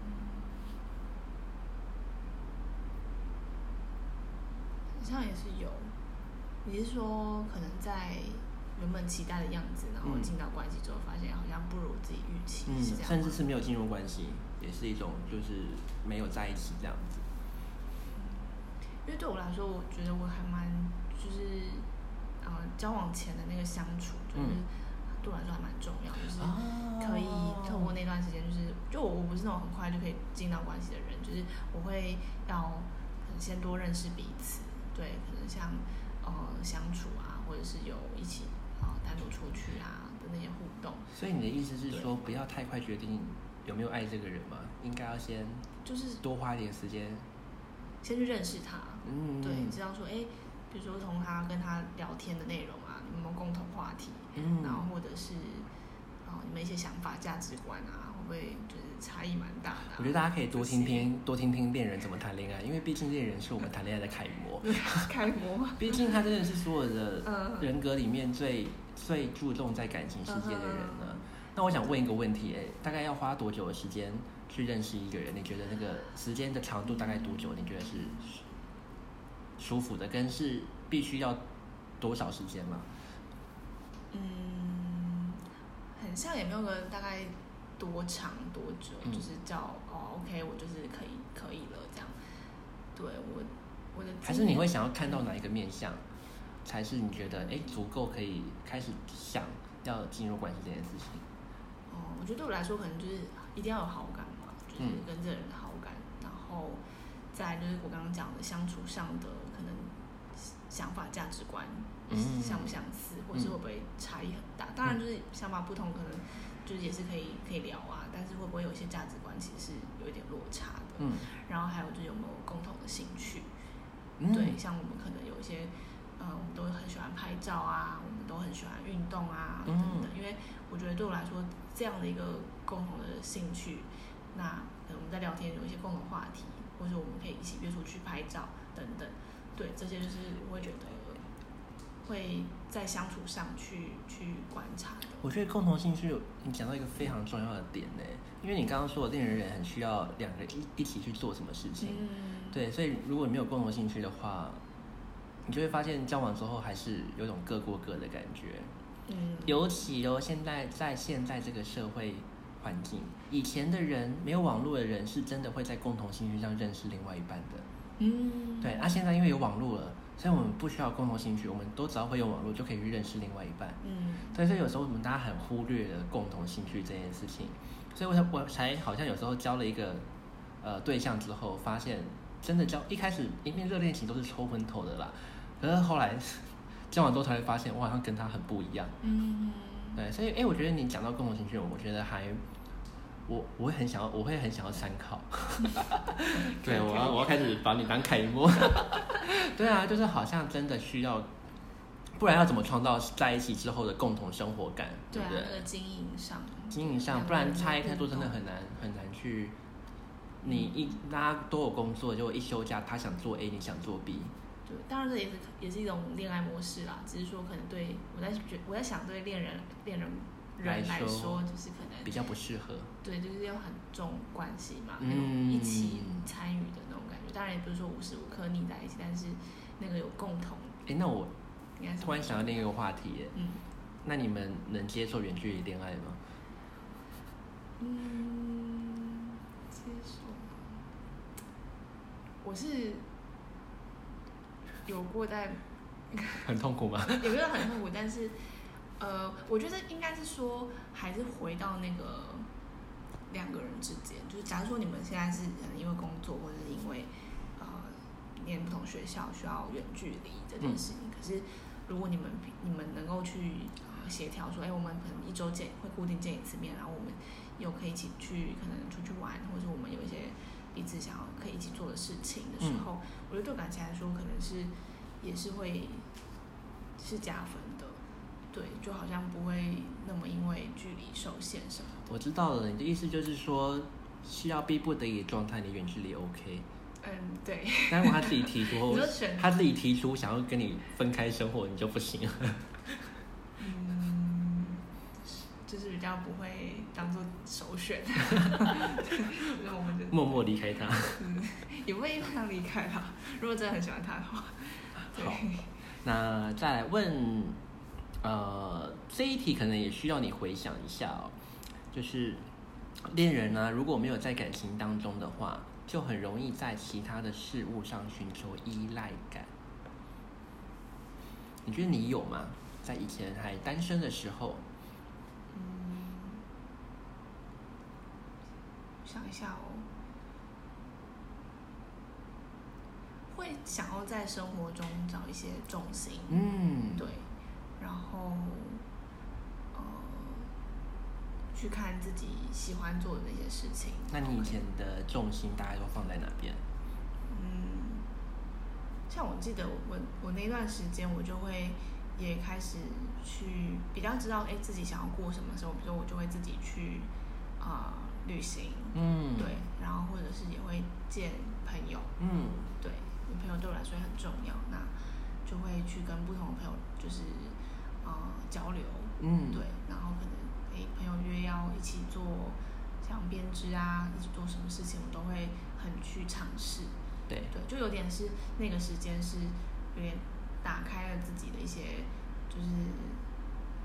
Speaker 2: 好像也是有。你是说可能在原本期待的样子，然后进到关系之后，发现好像不如自己预期，
Speaker 1: 嗯，
Speaker 2: 是这样吗？
Speaker 1: 甚至是没有进入关系，也是一种就是没有在一起这样子。
Speaker 2: 因为对我来说，我觉得我还蛮就是呃交往前的那个相处，就是对我来说还蛮重要，就是可以透过那段时间，就是就我我不是那种很快就可以进到关系的人，就是我会要可能先多认识彼此，对，可能像呃相处啊，或者是有一起啊、呃、单独出去啊的那些互动。
Speaker 1: 所以你的意思是说，不要太快决定有没有爱这个人吗？应该要先
Speaker 2: 就是
Speaker 1: 多花一点时间。
Speaker 2: 先去认识他，
Speaker 1: 嗯，
Speaker 2: 对，知道说，哎，比如说从他跟他聊天的内容啊，有没有共同话题，嗯，然后或者是，哦，你们一些想法、价值观啊，会不会就是差异蛮大的、啊？
Speaker 1: 我觉得大家可以多听听，多听听恋人怎么谈恋爱，因为毕竟恋人是我们谈恋爱的楷模，
Speaker 2: 楷模。
Speaker 1: 毕竟他真的是所有的人格里面最最注重在感情世界的人呢。嗯、那我想问一个问题，哎，大概要花多久的时间去认识一个人？你觉得那个时间的长度大概多久？你觉得是舒服的，跟是必须要多少时间吗？
Speaker 2: 嗯，很像也没有个大概多长多久，嗯、就是叫哦 ，OK， 我就是可以可以了这样。对我我的
Speaker 1: 还是你会想要看到哪一个面向，才是你觉得哎足够可以开始想要进入关系这件事情？
Speaker 2: 哦，我觉得对我来说可能就是一定要有好感嘛，就是跟这个人的好感，嗯、然后再来就是我刚刚讲的相处上的可能想法价值观。嗯、相不相似，或是会不会差异很大？嗯、当然，就是想法不同，可能就是也是可以可以聊啊。但是会不会有一些价值观其实是有一点落差的？嗯。然后还有就是有没有共同的兴趣？嗯、对，像我们可能有一些，嗯、呃，我们都很喜欢拍照啊，我们都很喜欢运动啊，等等。嗯、因为我觉得对我来说，这样的一个共同的兴趣，那我们在聊天有一些共同话题，或者我们可以一起约出去拍照等等。对，这些就是我会觉得。会在相处上去去观察的。
Speaker 1: 我觉得共同兴趣，你讲到一个非常重要的点呢，因为你刚刚说的恋人人很需要两个人一一起去做什么事情，嗯、对，所以如果你没有共同兴趣的话，你就会发现交往之后还是有种各过各的感觉。嗯，尤其哦，现在在现在这个社会环境，以前的人没有网络的人是真的会在共同兴趣上认识另外一半的。嗯，对，啊，现在因为有网络了。所以我们不需要共同兴趣，我们都只要会用网络就可以去认识另外一半。嗯，对，所以有时候我们大家很忽略了共同兴趣这件事情。所以我我才好像有时候交了一个呃对象之后，发现真的交一开始因为热恋期都是抽昏头的啦，可是后来交往之后才会发现，我好像跟他很不一样。嗯，对，所以哎，我觉得你讲到共同兴趣，我觉得还。我我会很想要，我会很想要参考。对，我要我要开始把你当楷模。对啊，就是好像真的需要，不然要怎么创造在一起之后的共同生活感？对不对？
Speaker 2: 对啊，经营上，
Speaker 1: 经营上，不然拆开做真的很难很难去。你一大家都有工作，结果一休假，他想做 A， 你想做 B。
Speaker 2: 对，当然这也是也是一种恋爱模式啦，只是说可能对我在觉我在想对恋人恋人。人来说就是可能
Speaker 1: 比较不适合，
Speaker 2: 对，就是要很重关系嘛，那种一起参与的那种感觉。当然也不是说无时无刻腻在一起，但是那个有共同。
Speaker 1: 哎，那我突然想到另一个话题耶，嗯，那你们能接受远距离恋爱吗？
Speaker 2: 嗯，接受。我是有过在
Speaker 1: 很痛苦吗？
Speaker 2: 也没有很痛苦，但是。呃，我觉得应该是说，还是回到那个两个人之间，就是假如说你们现在是因为工作，或者是因为呃念不同学校需要远距离这件事情，嗯、可是如果你们你们能够去呃协调说，哎，我们可能一周见会固定见一次面，然后我们又可以一起去可能出去玩，或者我们有一些彼此想要可以一起做的事情的时候，嗯、我觉得对感情来说，可能是也是会是加分的。对，就好像不会那么因为距离受限什么的。
Speaker 1: 我知道了，你的意思就是说，需要逼不得已的状态，你远距离 OK。
Speaker 2: 嗯，对。
Speaker 1: 但如果他自己提出，他自己提出想要跟你分开生活，你就不行了。
Speaker 2: 嗯，就是比较不会当做首选。我们就
Speaker 1: 默默离开他。
Speaker 2: 嗯，也不会因为他离开他。如果真的很喜欢他的话。
Speaker 1: 好，那再来问。呃，这一题可能也需要你回想一下哦，就是恋人呢、啊，如果没有在感情当中的话，就很容易在其他的事物上寻求依赖感。你觉得你有吗？在以前还单身的时候？
Speaker 2: 嗯，想一下哦，会想要在生活中找一些重心。嗯，对。然后，呃，去看自己喜欢做的那些事情。
Speaker 1: 那你以前的重心大概都放在哪边？
Speaker 2: 嗯，像我记得我我那段时间，我就会也开始去比较知道，哎，自己想要过什么时候，比如说我就会自己去啊、呃、旅行，嗯，对，然后或者是也会见朋友，嗯，对，朋友对我来说也很重要，那就会去跟不同的朋友就是。呃，交流，嗯，对，然后可能诶，朋友约要一起做像编织啊，一起做什么事情，我都会很去尝试，
Speaker 1: 对，
Speaker 2: 对，就有点是那个时间是有点打开了自己的一些，就是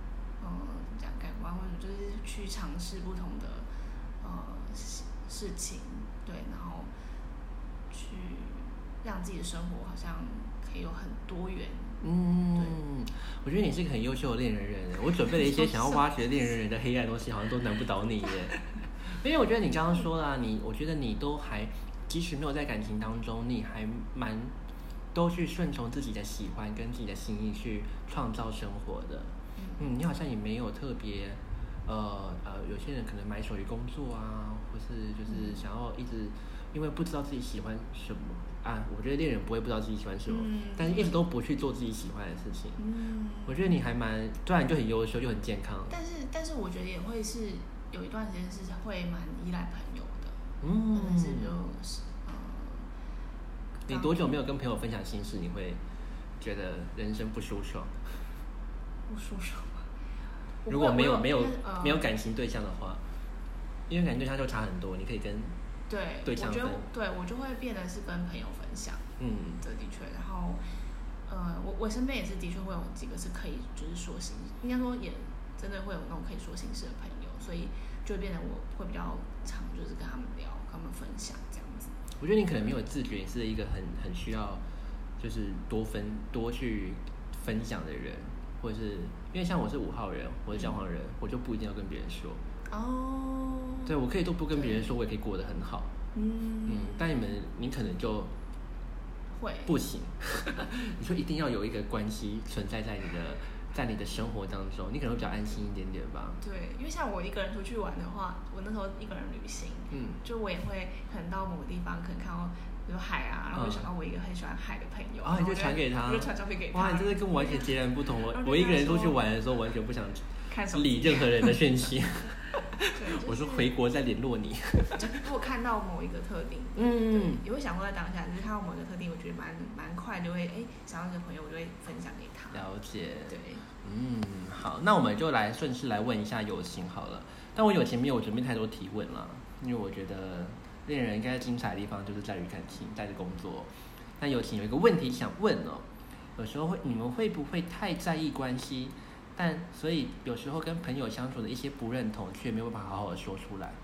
Speaker 2: 嗯讲改观，或者就是去尝试不同的呃事情，对，然后去让自己的生活好像可以有很多元。
Speaker 1: 嗯，我觉得你是个很优秀的恋人人，我准备了一些想要挖掘恋人人的黑暗东西，好像都难不倒你耶。因为我觉得你刚刚说啦，你我觉得你都还，即使没有在感情当中，你还蛮都去顺从自己的喜欢跟自己的心意去创造生活的。嗯，你好像也没有特别，呃呃，有些人可能埋首于工作啊，或是就是想要一直，因为不知道自己喜欢什么啊。我觉得恋人不会不知道自己喜欢什么，嗯、但是一直都不去做自己喜欢的事情。嗯，我觉得你还蛮，虽然就很优秀又很健康，
Speaker 2: 但是但是我觉得也会是有一段时间是会蛮依赖朋友的。嗯，可能是就是呃，
Speaker 1: 你多久没有跟朋友分享心事？你会觉得人生不舒爽？
Speaker 2: 不舒爽吗？
Speaker 1: 如果没有没有、呃、没有感情对象的话，因为感情对象就差很多，你可以跟
Speaker 2: 对
Speaker 1: 对象分。
Speaker 2: 我觉得对我就会变得是跟朋友分享。嗯，这的确。然后呃，我我身边也是的确会有几个是可以就是说心，应该说也真的会有那种可以说心事的朋友，所以就变得我会比较常就是跟他们聊，跟他们分享这样子。
Speaker 1: 我觉得你可能没有自觉，你是一个很很需要就是多分多去分享的人。或者是因为像我是五号人，我是教皇人，嗯、我就不一定要跟别人说。哦。对，我可以都不跟别人说，我也可以过得很好。嗯嗯。但你们，你可能就
Speaker 2: 会
Speaker 1: 不行。你说一定要有一个关系存在在你的在你的生活当中，你可能会比较安心一点点吧。
Speaker 2: 对，因为像我一个人出去玩的话，我那时候一个人旅行，嗯，就我也会可能到某个地方，可能看到。比如海啊，然后就想到我一个很喜欢海的朋友，
Speaker 1: 啊，你就传给他，
Speaker 2: 就传照片给他。
Speaker 1: 哇，你真的跟我完全截然不同。我我一个人出去玩的时候，完全不想理任何人的讯息。
Speaker 2: 对，
Speaker 1: 我说回国再联络你。
Speaker 2: 就如果看到某一个特定，嗯，也会想过在当下，只是看到某一个特定，我觉得蛮蛮快就会哎想到这个朋友，我就会分享给他。
Speaker 1: 了解。
Speaker 2: 对，
Speaker 1: 嗯，好，那我们就来顺势来问一下友情好了。但我友情没有准备太多提问了，因为我觉得。恋人应该精彩的地方就是在于感情，在于工作。那友情有一个问题想问哦，有时候会你们会不会太在意关系，但所以有时候跟朋友相处的一些不认同，却没有办法好好的说出来。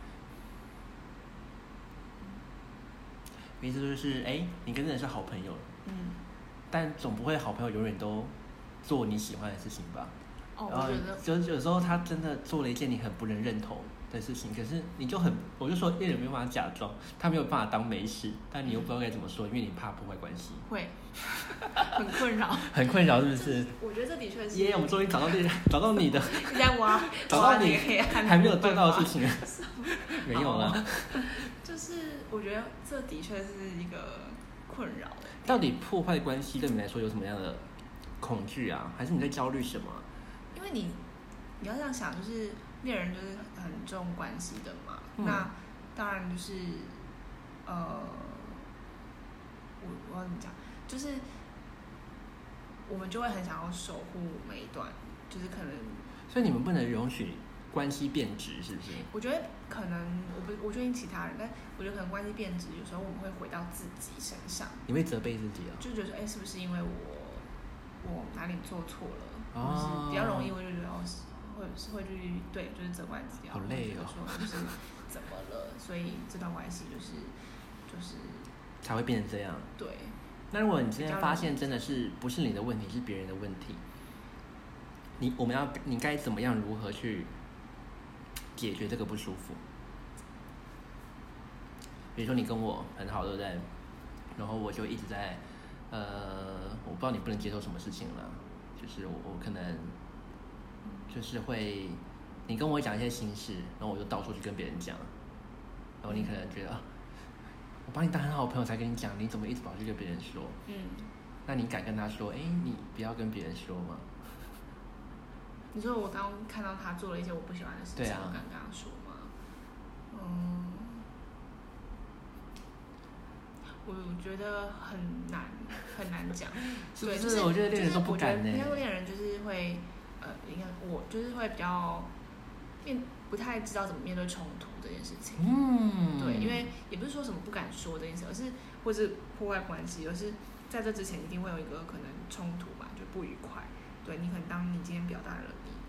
Speaker 1: 意思就是，哎，你跟人是好朋友，嗯，但总不会好朋友永远都做你喜欢的事情吧？
Speaker 2: 哦，我觉得
Speaker 1: 就是有时候他真的做了一件你很不能认同的事情，可是你就很，我就说恋人没有办法假装，他没有办法当没事，但你又不知道该怎么说，因为你怕破坏关系，
Speaker 2: 会很困扰，
Speaker 1: 很困扰是不是？
Speaker 2: 我觉得这的确是。
Speaker 1: 耶， yeah, 我们终于找到恋人，找到你的，
Speaker 2: 在挖，
Speaker 1: 找到你还没有做到的事情，没有了。
Speaker 2: 就是我觉得这的确是一个困扰。
Speaker 1: 到底破坏关系对你来说有什么样的恐惧啊？还是你在焦虑什么？
Speaker 2: 因为你你要这样想，就是恋人就是很重关系的嘛，嗯、那当然就是呃，我我要怎么讲，就是我们就会很想要守护每一段，就是可能，
Speaker 1: 所以你们不能容许关系变质，是不是？
Speaker 2: 我觉得可能我不我确定其他人，但我觉得可能关系变质，有时候我们会回到自己身上。
Speaker 1: 你会责备自己啊？
Speaker 2: 就觉得哎、欸，是不是因为我我哪里做错了？或者是比较容易会就觉得哦，会是会去对，就是责怪自己，
Speaker 1: 好累哦，
Speaker 2: 说就是怎么了，所以这段关系就是就是
Speaker 1: 才会变成这样。
Speaker 2: 对。
Speaker 1: 那如果你今天发现真的是不是你的问题，是别人的问题，你我们要你该怎么样如何去解决这个不舒服？比如说你跟我很好，对不对？然后我就一直在呃，我不知道你不能接受什么事情了。就是我，我可能就是会，你跟我讲一些心事，然后我就到处去跟别人讲，然后你可能觉得，啊、我把你当很好的朋友才跟你讲，你怎么一直跑去跟别人说？嗯，那你敢跟他说，哎，你不要跟别人说吗？
Speaker 2: 你说我刚看到他做了一些我不喜欢的事情，对啊、我敢跟他说吗？嗯，我觉得很难很难讲，对，
Speaker 1: 是就是我觉得恋人都不敢呢。
Speaker 2: 应该说恋人就是会，呃，应该我就是会比较面不太知道怎么面对冲突这件事情。嗯，对，因为也不是说什么不敢说这件事，而是或是破坏关系，而是在这之前一定会有一个可能冲突吧，就不愉快。对，你可能当你今天表达了你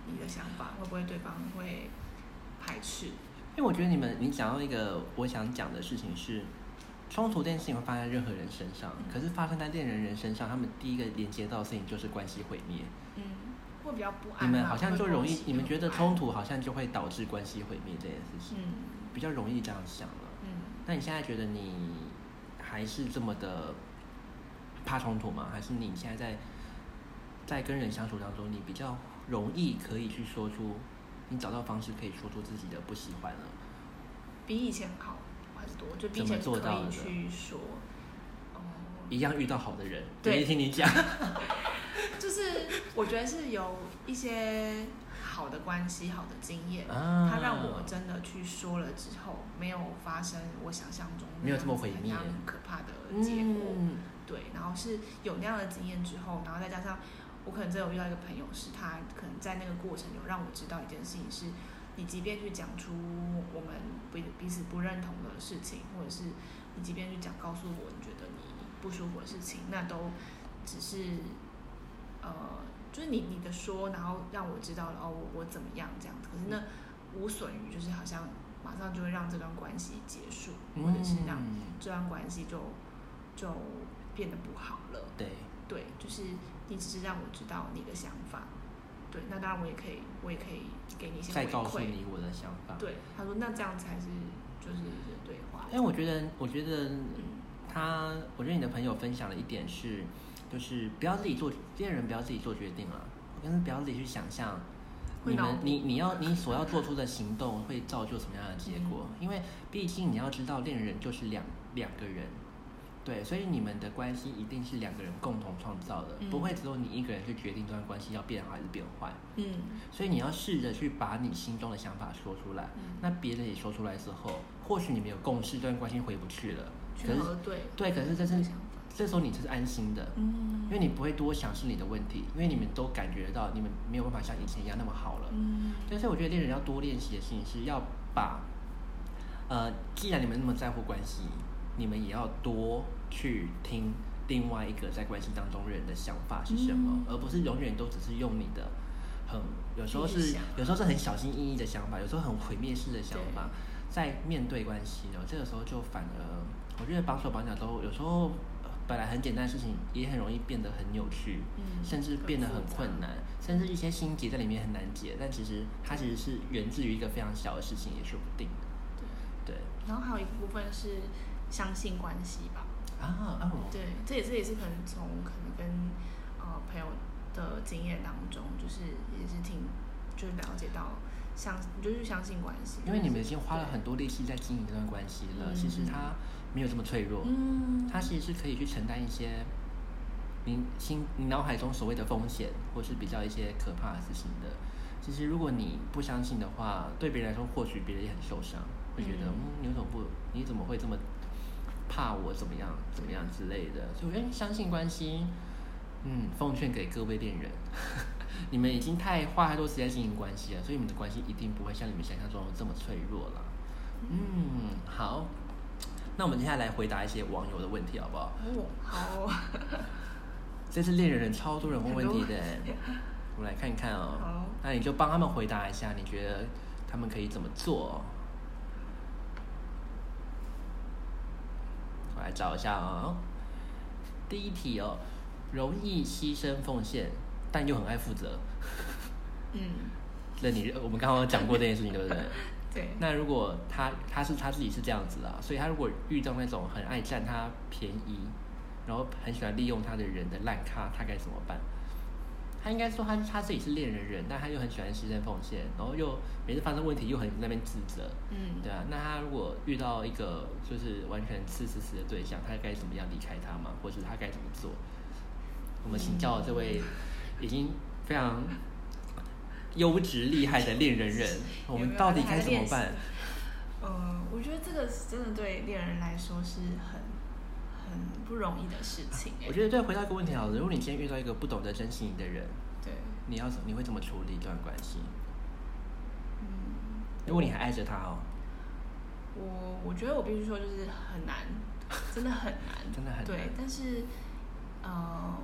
Speaker 2: 你的想法？会不会对方会排斥？
Speaker 1: 因为我觉得你们，你讲到一个我想讲的事情是，冲突这件事情会发生在任何人身上，嗯、可是发生在恋人人身上，他们第一个连接到的事情就是关系毁灭。
Speaker 2: 嗯，会比较不安。
Speaker 1: 你们好像就容易，你们觉得冲突好像就会导致关系毁灭这件事情，嗯，比较容易这样想了。嗯，那你现在觉得你还是这么的怕冲突吗？还是你现在在在跟人相处当中，你比较容易可以去说出，你找到方式可以说出自己的不喜欢了？
Speaker 2: 比以前好还是多？就比以前可以去说，哦，
Speaker 1: 一样遇到好的人，对，听你讲，
Speaker 2: 就是我觉得是有一些好的关系、好的经验，啊、它让我真的去说了之后，没有发生我想象中
Speaker 1: 没有这么毁灭、
Speaker 2: 很可怕的结果。嗯、对，然后是有那样的经验之后，然后再加上我可能真的有遇到一个朋友，是他可能在那个过程有让我知道一件事情是。你即便去讲出我们彼彼此不认同的事情，或者是你即便去讲告诉我你觉得你不舒服的事情，那都只是呃，就是你你的说，然后让我知道了哦，我我怎么样这样子。可是那无损于就是好像马上就会让这段关系结束，嗯、或者是让这段关系就就变得不好了。
Speaker 1: 对
Speaker 2: 对，就是你只是让我知道你的想法。对，那当然我也可以，我也可以给你一些回馈，
Speaker 1: 再告诉你我的想法。
Speaker 2: 对，他说那这样才是就是对话。
Speaker 1: 因为我觉得，我觉得他，嗯、我觉得你的朋友分享了一点是，就是不要自己做，恋人不要自己做决定了，但是不要自己去想象你们你你要你所要做出的行动会造就什么样的结果，嗯、因为毕竟你要知道，恋人就是两两个人。对，所以你们的关系一定是两个人共同创造的，嗯、不会只有你一个人去决定这段关系要变好还是变坏。嗯，所以你要试着去把你心中的想法说出来，嗯、那别人也说出来之后，或许你们有共识，这段关系回不去了。
Speaker 2: 可是对
Speaker 1: 对，可是这是这时候你是安心的，嗯，因为你不会多想是你的问题，因为你们都感觉到你们没有办法像以前一样那么好了。嗯，但是我觉得恋人要多练习的事情是要把，呃，既然你们那么在乎关系。你们也要多去听另外一个在关系当中人的想法是什么，嗯、而不是永远都只是用你的很有时候是有时候是很小心翼翼的想法，有时候很毁灭式的想法，在面对关系呢，这个时候就反而我觉得绑手绑脚都有时候本来很简单的事情也很容易变得很扭曲，嗯、甚至变得很困难，甚至一些心结在里面很难解，但其实它其实是源自于一个非常小的事情也说不定。对，对。
Speaker 2: 然后还有一个部分是。相信关系吧，
Speaker 1: 啊啊！
Speaker 2: 对，这也是也是可能从可能跟呃朋友的经验当中，就是也是挺就是了解到相就是相信关系，
Speaker 1: 因为你们已经花了很多力气在经营这段关系了，其实它没有这么脆弱，嗯，它其实是可以去承担一些你心你脑海中所谓的风险，或是比较一些可怕的事情的。其实如果你不相信的话，对别人来说，或许别人也很受伤，会觉得嗯，你怎么不你怎么会这么怕我怎么样怎么样之类的，所以我觉得相信关系，嗯，奉劝给各位恋人，你们已经太花太多时间经营关系了，所以你们的关系一定不会像你们想象中这么脆弱了。嗯，好，那我们接下来回答一些网友的问题好不好？
Speaker 2: 哦，好。
Speaker 1: 这次恋人人超多人问问题的，我们来看一看哦。好，那你就帮他们回答一下，你觉得他们可以怎么做？我来找一下哦。第一题哦，容易牺牲奉献，但又很爱负责。嗯，那你我们刚刚讲过这件事情，对不对？
Speaker 2: 对。
Speaker 1: 那如果他他是他自己是这样子啊，所以他如果遇到那种很爱占他便宜，然后很喜欢利用他的人的烂咖，他该怎么办？他应该说他他自己是恋人人，但他又很喜欢牺牲奉献，然后又每次发生问题又很那边自责，嗯，对啊。那他如果遇到一个就是完全刺死死的对象，他该怎么样离开他嘛？或者他该怎么做？我们请教这位已经非常优质厉害的恋人人，我们到底该怎么办？
Speaker 2: 嗯，我觉得这个真的对恋人来说是很。很不容易的事情、欸。
Speaker 1: 我觉得再回到一个问题好了，如果你今天遇到一个不懂得珍惜你的人，
Speaker 2: 对，
Speaker 1: 你要你会怎么处理这段关系？嗯，如果你还爱着他哦，
Speaker 2: 我我觉得我必须说就是很难，真的很难，
Speaker 1: 真的很难。
Speaker 2: 对，但是，呃，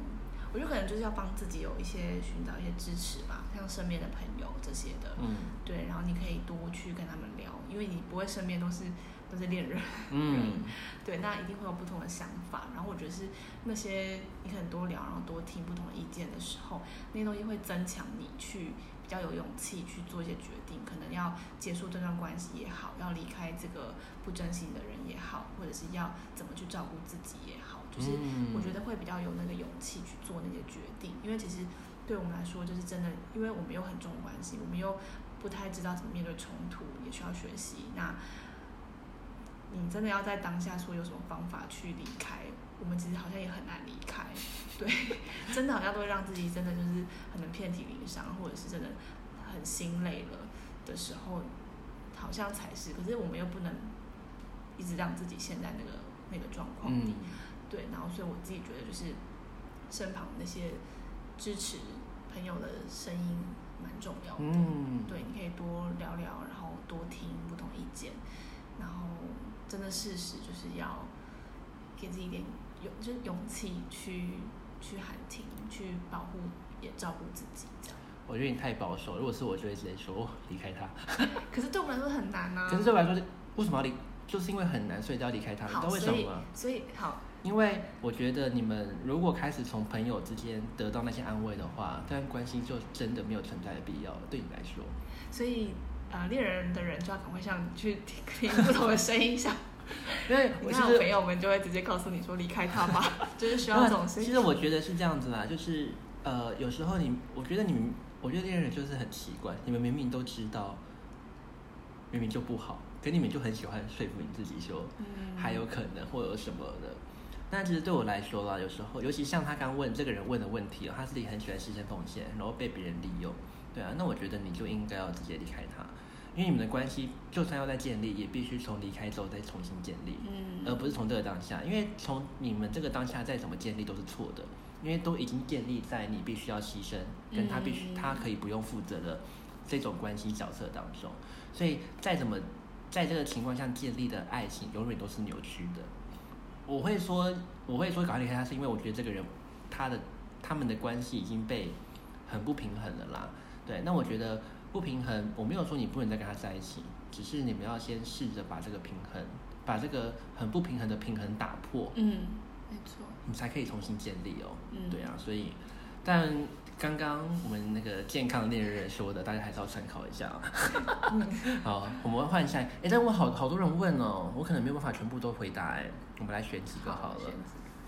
Speaker 2: 我觉得可能就是要帮自己有一些寻找一些支持吧，像身边的朋友这些的，
Speaker 1: 嗯，
Speaker 2: 对，然后你可以多去跟他们聊，因为你不会身边都是都是恋人，
Speaker 1: 嗯，
Speaker 2: 对，那一定会有不同的想法，然后我觉得是那些你可能多聊，然后多听不同的意见的时候，那些东西会增强你去比较有勇气去做一些决定，可能要结束这段关系也好，要离开这个不珍惜的人也好，或者是要怎么去照顾自己也好，就是我觉得会比较有那个勇气去做那些决定，因为其实对我们来说就是真的，因为我们有很重的关系，我们又不太知道怎么面对冲突，也需要学习。那你真的要在当下说有什么方法去离开，我们其实好像也很难离开，对，真的好像都会让自己真的就是可能遍体鳞伤，或者是真的很心累了的时候，好像才是。可是我们又不能一直让自己陷在那个那个状况里，嗯、对。然后所以我自己觉得就是身旁那些支持朋友的声音蛮重要的，嗯，对，你可以多聊聊，然后多听不同意见，然后真的事实就是要给自己一点勇，就是勇气去去喊停，去保护也照顾自己，这样。
Speaker 1: 我觉得你太保守，如果是我就会直接说哦离开他。
Speaker 2: 可是对我们来说很难啊。
Speaker 1: 可是对我来说，为什么要离？就是因为很难，所以就要离开他。你知道为什么吗？
Speaker 2: 所以好。
Speaker 1: 因为我觉得你们如果开始从朋友之间得到那些安慰的话，这段关系就真的没有存在的必要了，对你来说。
Speaker 2: 所以，呃，恋人的人就要赶快像去听不同的声音，像，因为我看我朋友们就会直接告诉你说离开他吧，就是需要这种声音。
Speaker 1: 其实我觉得是这样子啦，就是呃，有时候你，我觉得你们，我觉得恋人就是很奇怪，你们明明都知道，明明就不好，可你们就很喜欢说服你自己说，嗯，还有可能或有什么的。但其实对我来说啦，有时候，尤其像他刚问这个人问的问题，他自己很喜欢牺牲奉献，然后被别人利用，对啊，那我觉得你就应该要直接离开他，因为你们的关系就算要再建立，也必须从离开之后再重新建立，嗯，而不是从这个当下，因为从你们这个当下再怎么建立都是错的，因为都已经建立在你必须要牺牲，跟他必须他可以不用负责的这种关系角色当中，所以再怎么在这个情况下建立的爱情，永远都是扭曲的。我会说，我会说赶快离开他，是因为我觉得这个人，他的他们的关系已经被很不平衡了啦。对，那我觉得不平衡，我没有说你不能再跟他在一起，只是你们要先试着把这个平衡，把这个很不平衡的平衡打破。
Speaker 2: 嗯，没错，
Speaker 1: 你才可以重新建立哦。嗯，对啊，所以，但刚刚我们那个健康的恋人说的，大家还是要参考一下。好，我们换一下。哎，但我好好多人问哦，我可能没有办法全部都回答。哎，我们来选几个好了。好，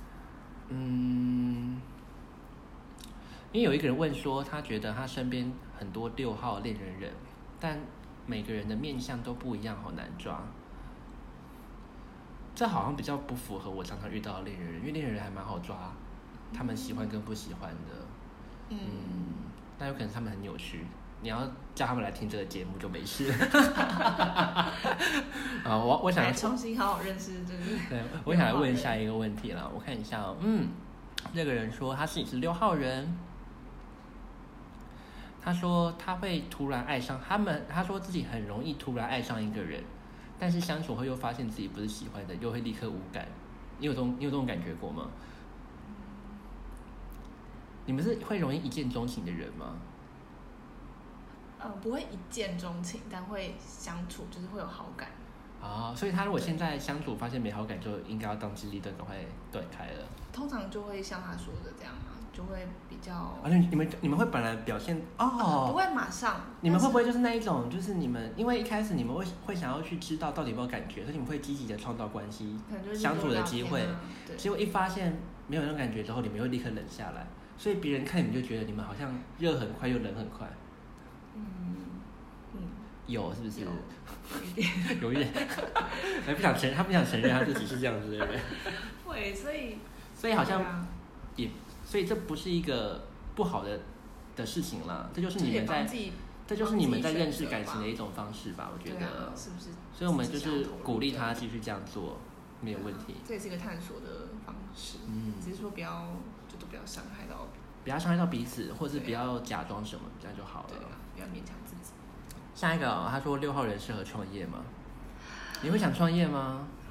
Speaker 1: 嗯，因为有一个人问说，他觉得他身边很多六号恋人人，但每个人的面相都不一样，好难抓。这好像比较不符合我常常遇到的恋人人，因为恋人人还蛮好抓，他们喜欢跟不喜欢的。嗯，那有可能他们很扭曲，你要叫他们来听这个节目就没事。啊，我我想
Speaker 2: 来重新好好认识，就是。
Speaker 1: 对，我想来问下一个问题了，我看一下哦，嗯，这个人说他自己是六号人，他说他会突然爱上他们，他说自己很容易突然爱上一个人，但是相处后又发现自己不是喜欢的，又会立刻无感。你有这种你有这种感觉过吗？你们是会容易一见钟情的人吗？
Speaker 2: 呃，不会一见钟情，但会相处，就是会有好感。
Speaker 1: 啊、哦，所以他如果现在相处发现没好感，就应该要当机立断，赶快断开了。
Speaker 2: 通常就会像他说的这样啊，就会比较。
Speaker 1: 而且、啊、你们你们会本来表现哦、呃，
Speaker 2: 不会马上。
Speaker 1: 你们会不会就是那一种，就是你们因为一开始你们会会想要去知道到底有没有感觉，所以你们会积极的创造关系、相处的机会，结果一发现没有那种感觉之后，你们会立刻冷下来。所以别人看你们就觉得你们好像热很快又冷很快，嗯嗯，有是不是？
Speaker 2: 有一点，
Speaker 1: 有一点，还不想承，他不想承认他自己是这样子的人。
Speaker 2: 对，所以，
Speaker 1: 所以好像也，所以这不是一个不好的的事情啦，这就是你们在，这就是你们在认识感情的一种方式吧，我觉得，
Speaker 2: 啊、是不是？
Speaker 1: 所以我们就是鼓励他继续这样做，没有问题。
Speaker 2: 这也是一个探索的方式，嗯，只是说不要。都不要伤害到，
Speaker 1: 不要伤害到彼此，或是不要假装什么，这样就好了。
Speaker 2: 对啊，不要勉强自己。
Speaker 1: 下一个、哦，他说六号人适合创业吗？你会想创业吗？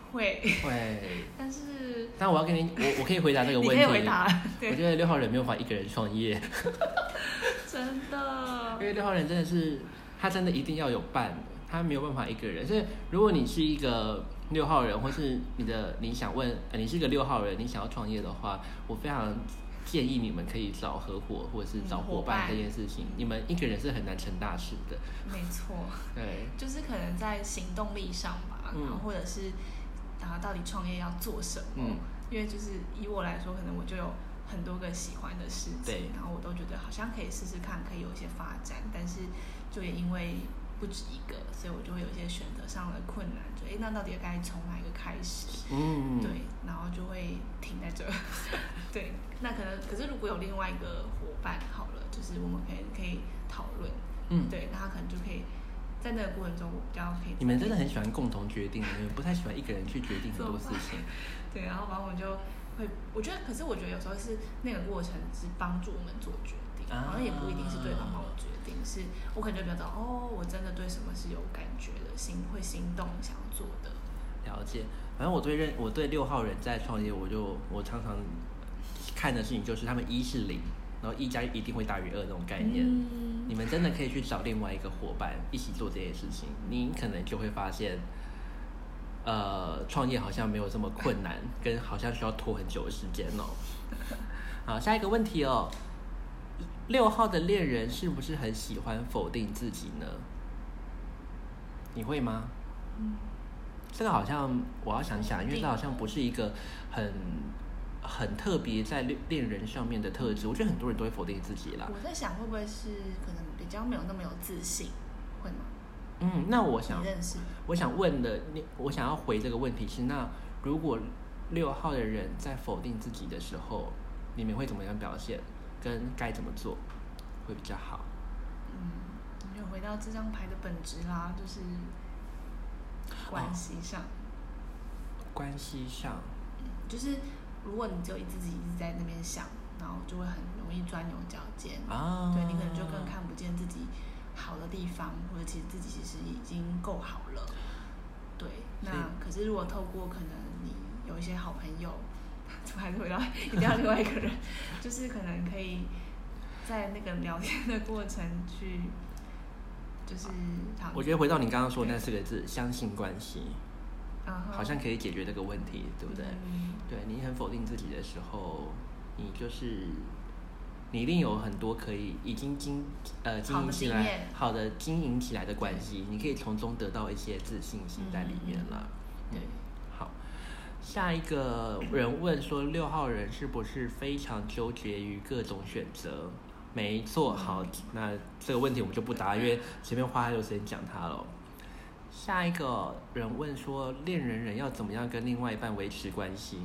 Speaker 2: 会
Speaker 1: 会，
Speaker 2: 但是
Speaker 1: 但我要跟你，我我可以回答这个问题。
Speaker 2: 你可以回答。
Speaker 1: 我觉得六号人没有办法一个人创业，
Speaker 2: 真的，
Speaker 1: 因为六号人真的是他真的一定要有伴，他没有办法一个人。所以如果你是一个六号人，或是你的你想问，呃、你是个六号人，你想要创业的话，我非常建议你们可以找合伙或者是找伙伴这件事情，嗯、你们一个人是很难成大事的。
Speaker 2: 没错，
Speaker 1: 对，
Speaker 2: 就是可能在行动力上吧，嗯、然后或者是啊，到底创业要做什么？嗯、因为就是以我来说，可能我就有很多个喜欢的事情，然后我都觉得好像可以试试看，可以有一些发展，但是就也因为不止一个，所以我就会有一些选择上的困难，就哎，那到底该从哪一个开始？嗯，对，然后就会停在这。对，那可能可是如果有另外一个伙伴，好了，就是我们可以可以讨论，嗯，对，那他可能就可以在那个过程中，我比较可以。
Speaker 1: 你们真的很喜欢共同决定，你们不太喜欢一个人去决定很多事情。
Speaker 2: 对，然后反正我们就会，我觉得，可是我觉得有时候是那个过程是帮助我们做决定，好像也不一定是对方帮我决定，是我可能就比较知道，哦，我真的对什么是有感觉的，心会心动想要做的。
Speaker 1: 了解，反正我对认我对六号人在创业，我就我常常看的事情就是他们一是零，然后一加一一定会大于二那种概念。嗯、你们真的可以去找另外一个伙伴一起做这件事情，你可能就会发现。呃，创业好像没有这么困难，跟好像需要拖很久的时间哦。好，下一个问题哦，六号的恋人是不是很喜欢否定自己呢？你会吗？嗯，这个好像我要想想，因为这好像不是一个很很特别在恋人上面的特质。我觉得很多人都会否定自己啦。
Speaker 2: 我在想会不会是可能比较没有那么有自信，会吗？
Speaker 1: 嗯，那我想，我想问的，你，我想要回这个问题是，那如果六号的人在否定自己的时候，你们会怎么样表现，跟该怎么做会比较好？
Speaker 2: 嗯，你就回到这张牌的本质啦，就是关系上。
Speaker 1: 哦、关系上，
Speaker 2: 嗯，就是如果你只有自己一直在那边想，然后就会很容易钻牛角尖啊。对，你可能就更看不见自己。好的地方，或者其实自己其实已经够好了，对。那可是如果透过可能你有一些好朋友，还是回到一定要另外一个人，就是可能可以在那个聊天的过程去，就是
Speaker 1: 我觉得回到你刚刚说的那四个字，相信关系，好像可以解决这个问题，对不对？嗯、对，你很否定自己的时候，你就是。你一定有很多可以已经经呃经营起来好的经营起来的关系，你可以从中得到一些自信心在里面啦。嗯、对，好，下一个人问说六号人是不是非常纠结于各种选择？没错，好，那这个问题我们就不答，因为前面花太多时间讲它了。下一个人问说恋人人要怎么样跟另外一半维持关系？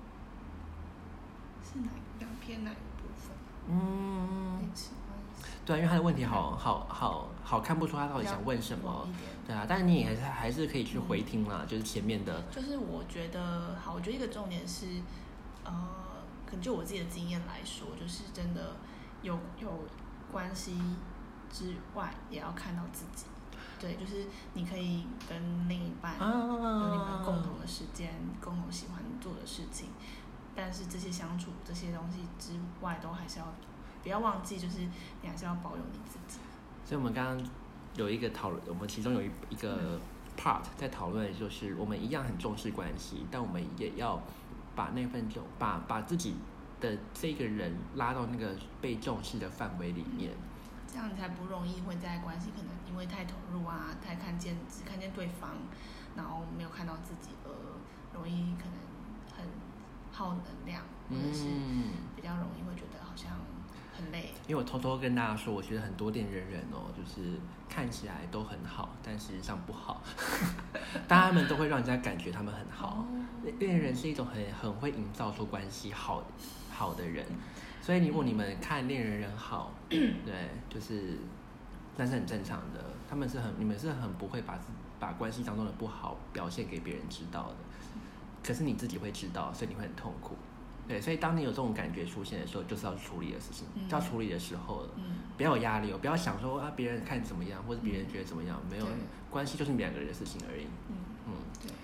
Speaker 2: 是哪两篇哪？
Speaker 1: 嗯，对啊，因为他的问题好好好好看不出他到底想问什么，对啊，但是你也还是还是可以去回听啦，嗯、就是前面的。
Speaker 2: 就是我觉得好，我觉得一个重点是，呃，可能就我自己的经验来说，就是真的有有关系之外，也要看到自己。对，就是你可以跟另一半、啊、有你们共同的时间，共同喜欢做的事情。但是这些相处这些东西之外，都还是要不要忘记，就是你还是要保有你自己。
Speaker 1: 所以我们刚刚有一个讨论，我们其中有一一个 part 在讨论的就是我们一样很重视关系，但我们也要把那份重把把自己的这个人拉到那个被重视的范围里面，
Speaker 2: 这样你才不容易会在关系可能因为太投入啊，太看见只看见对方，然后没有看到自己，而容易可能很耗能量，或者是比较容易会觉得好像很累。
Speaker 1: 因为我偷偷跟大家说，我觉得很多恋人人哦，就是看起来都很好，但实际上不好。但他们都会让人家感觉他们很好。恋人是一种很很会营造出关系好好的人，所以如果你们看恋人人好，对，就是那是很正常的。他们是很你们是很不会把把关系当中的不好表现给别人知道的。可是你自己会知道，所以你会很痛苦，对，所以当你有这种感觉出现的时候，就是要处理的事情，嗯、要处理的时候了，嗯、不要有压力哦，不要想说啊别人看怎么样，或者别人觉得怎么样，没有关系，就是你们两个人的事情而已。嗯嗯，对。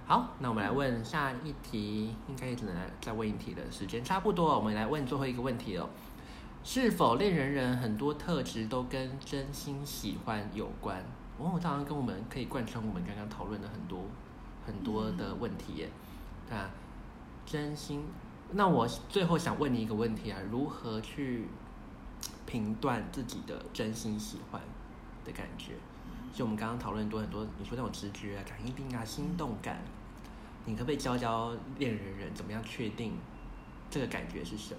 Speaker 1: 好，那我们来问下一题，应该也只能再问一题了，时间差不多，我们来问最后一个问题了。是否恋人人很多特质都跟真心喜欢有关？哦，当然跟我们可以贯穿我们刚刚讨论的很多很多的问题耶，嗯、对啊，真心。那我最后想问你一个问题啊，如何去评断自己的真心喜欢的感觉？就我们刚刚讨论多很多，你说那种直觉啊、感应力啊、心动感，你可不可以教教恋人人怎么样确定这个感觉是什么？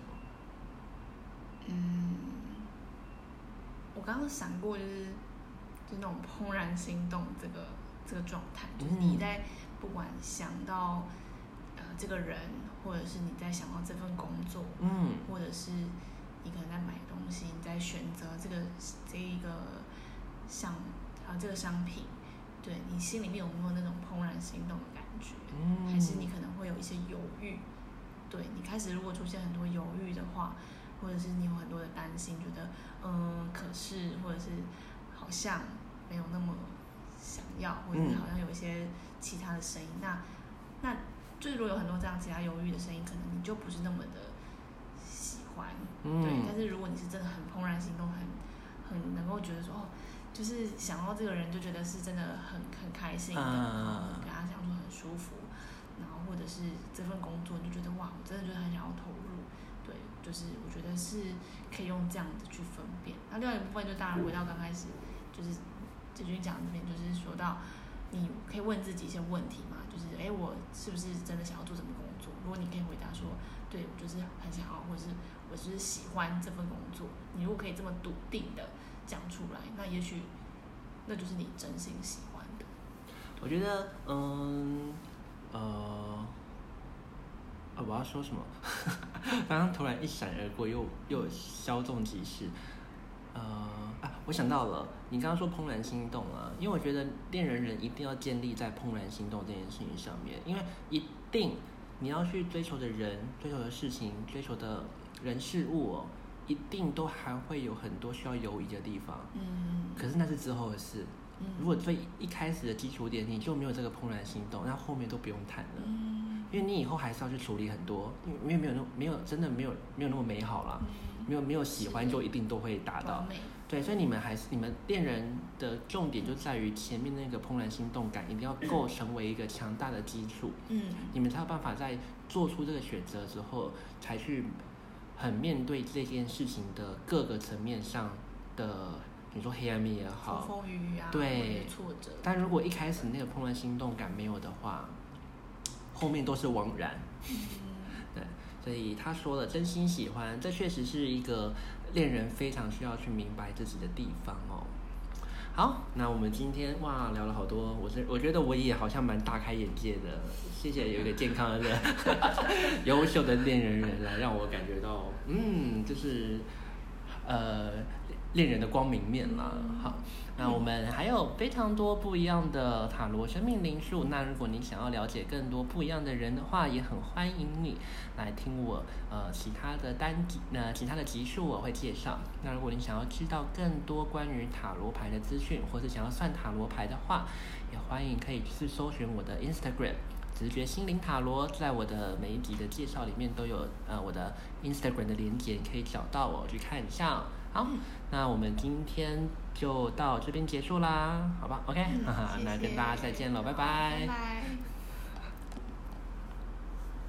Speaker 2: 嗯，我刚刚想过，就是就那种怦然心动这个这个状态，就是你在不管想到呃这个人，或者是你在想到这份工作，
Speaker 1: 嗯，
Speaker 2: 或者是你可能在买东西，你在选择这个这一个项啊这个商品，对你心里面有没有那种怦然心动的感觉？嗯，还是你可能会有一些犹豫？对你开始如果出现很多犹豫的话，或者是你有很多的担心，觉得嗯可是，或者是好像没有那么想要，或者是好像有一些其他的声音，嗯、那那就是如果有很多这样其他犹豫的声音，可能你就不是那么的喜欢，嗯、对。但是如果你是真的很怦然心动，很很能够觉得说哦，就是想到这个人就觉得是真的很很开心的，然后跟他相处很舒服，然后或者是这份工作你就觉得哇，我真的就是很想要投入，对，就是我觉得是可以用这样子去分辨。那另外一部分就当然回到刚开始，就是志军讲这边就是说到，你可以问自己一些问题嘛，就是哎，我是不是真的想要做什么工作？如果你可以回答说，对，我就是很想要，或者是我就是喜欢这份工作，你如果可以这么笃定的讲出来，那也许那就是你真心喜欢的。
Speaker 1: 我觉得，嗯，呃，啊，我要说什么？刚刚突然一闪而过，又又稍纵即逝。呃啊，我想到了，你刚刚说怦然心动啊，因为我觉得恋人人一定要建立在怦然心动这件事情上面，因为一定你要去追求的人、追求的事情、追求的人事物哦，一定都还会有很多需要犹豫的地方。嗯，可是那是之后的事。嗯，如果最一开始的基础点你就没有这个怦然心动，那后面都不用谈了。嗯，因为你以后还是要去处理很多，因为没有那没有真的没有没有那么美好啦。嗯，没有没有喜欢就一定都会达到。对，所以你们还是你们恋人的重点就在于前面那个怦然心动感一定要够成为一个强大的基础。嗯，你们才有办法在做出这个选择之后，才去很面对这件事情的各个层面上的。你说黑暗面也好，
Speaker 2: 风风雨雨啊，
Speaker 1: 对，
Speaker 2: 挫折。
Speaker 1: 但如果一开始那个怦然心动感没有的话，后面都是枉然。嗯，对，所以他说了，真心喜欢，这确实是一个恋人非常需要去明白自己的地方哦。好，那我们今天哇聊了好多，我是我觉得我也好像蛮大开眼界的。谢谢有一个健康的、优秀的恋人人来让我感觉到，嗯，就是呃。恋人的光明面啦，好，那我们还有非常多不一样的塔罗生命灵数。那如果你想要了解更多不一样的人的话，也很欢迎你来听我呃其他的单集，那、呃、其他的集数我会介绍。那如果你想要知道更多关于塔罗牌的资讯，或是想要算塔罗牌的话，也欢迎可以去搜寻我的 Instagram。直觉心灵塔罗，在我的每一集的介绍里面都有呃我的 Instagram 的连结，可以找到我去看一下。好，那我们今天就到这边结束啦，好吧 ？OK，、嗯、哈哈，那跟大家再见了，拜拜。
Speaker 2: 拜拜。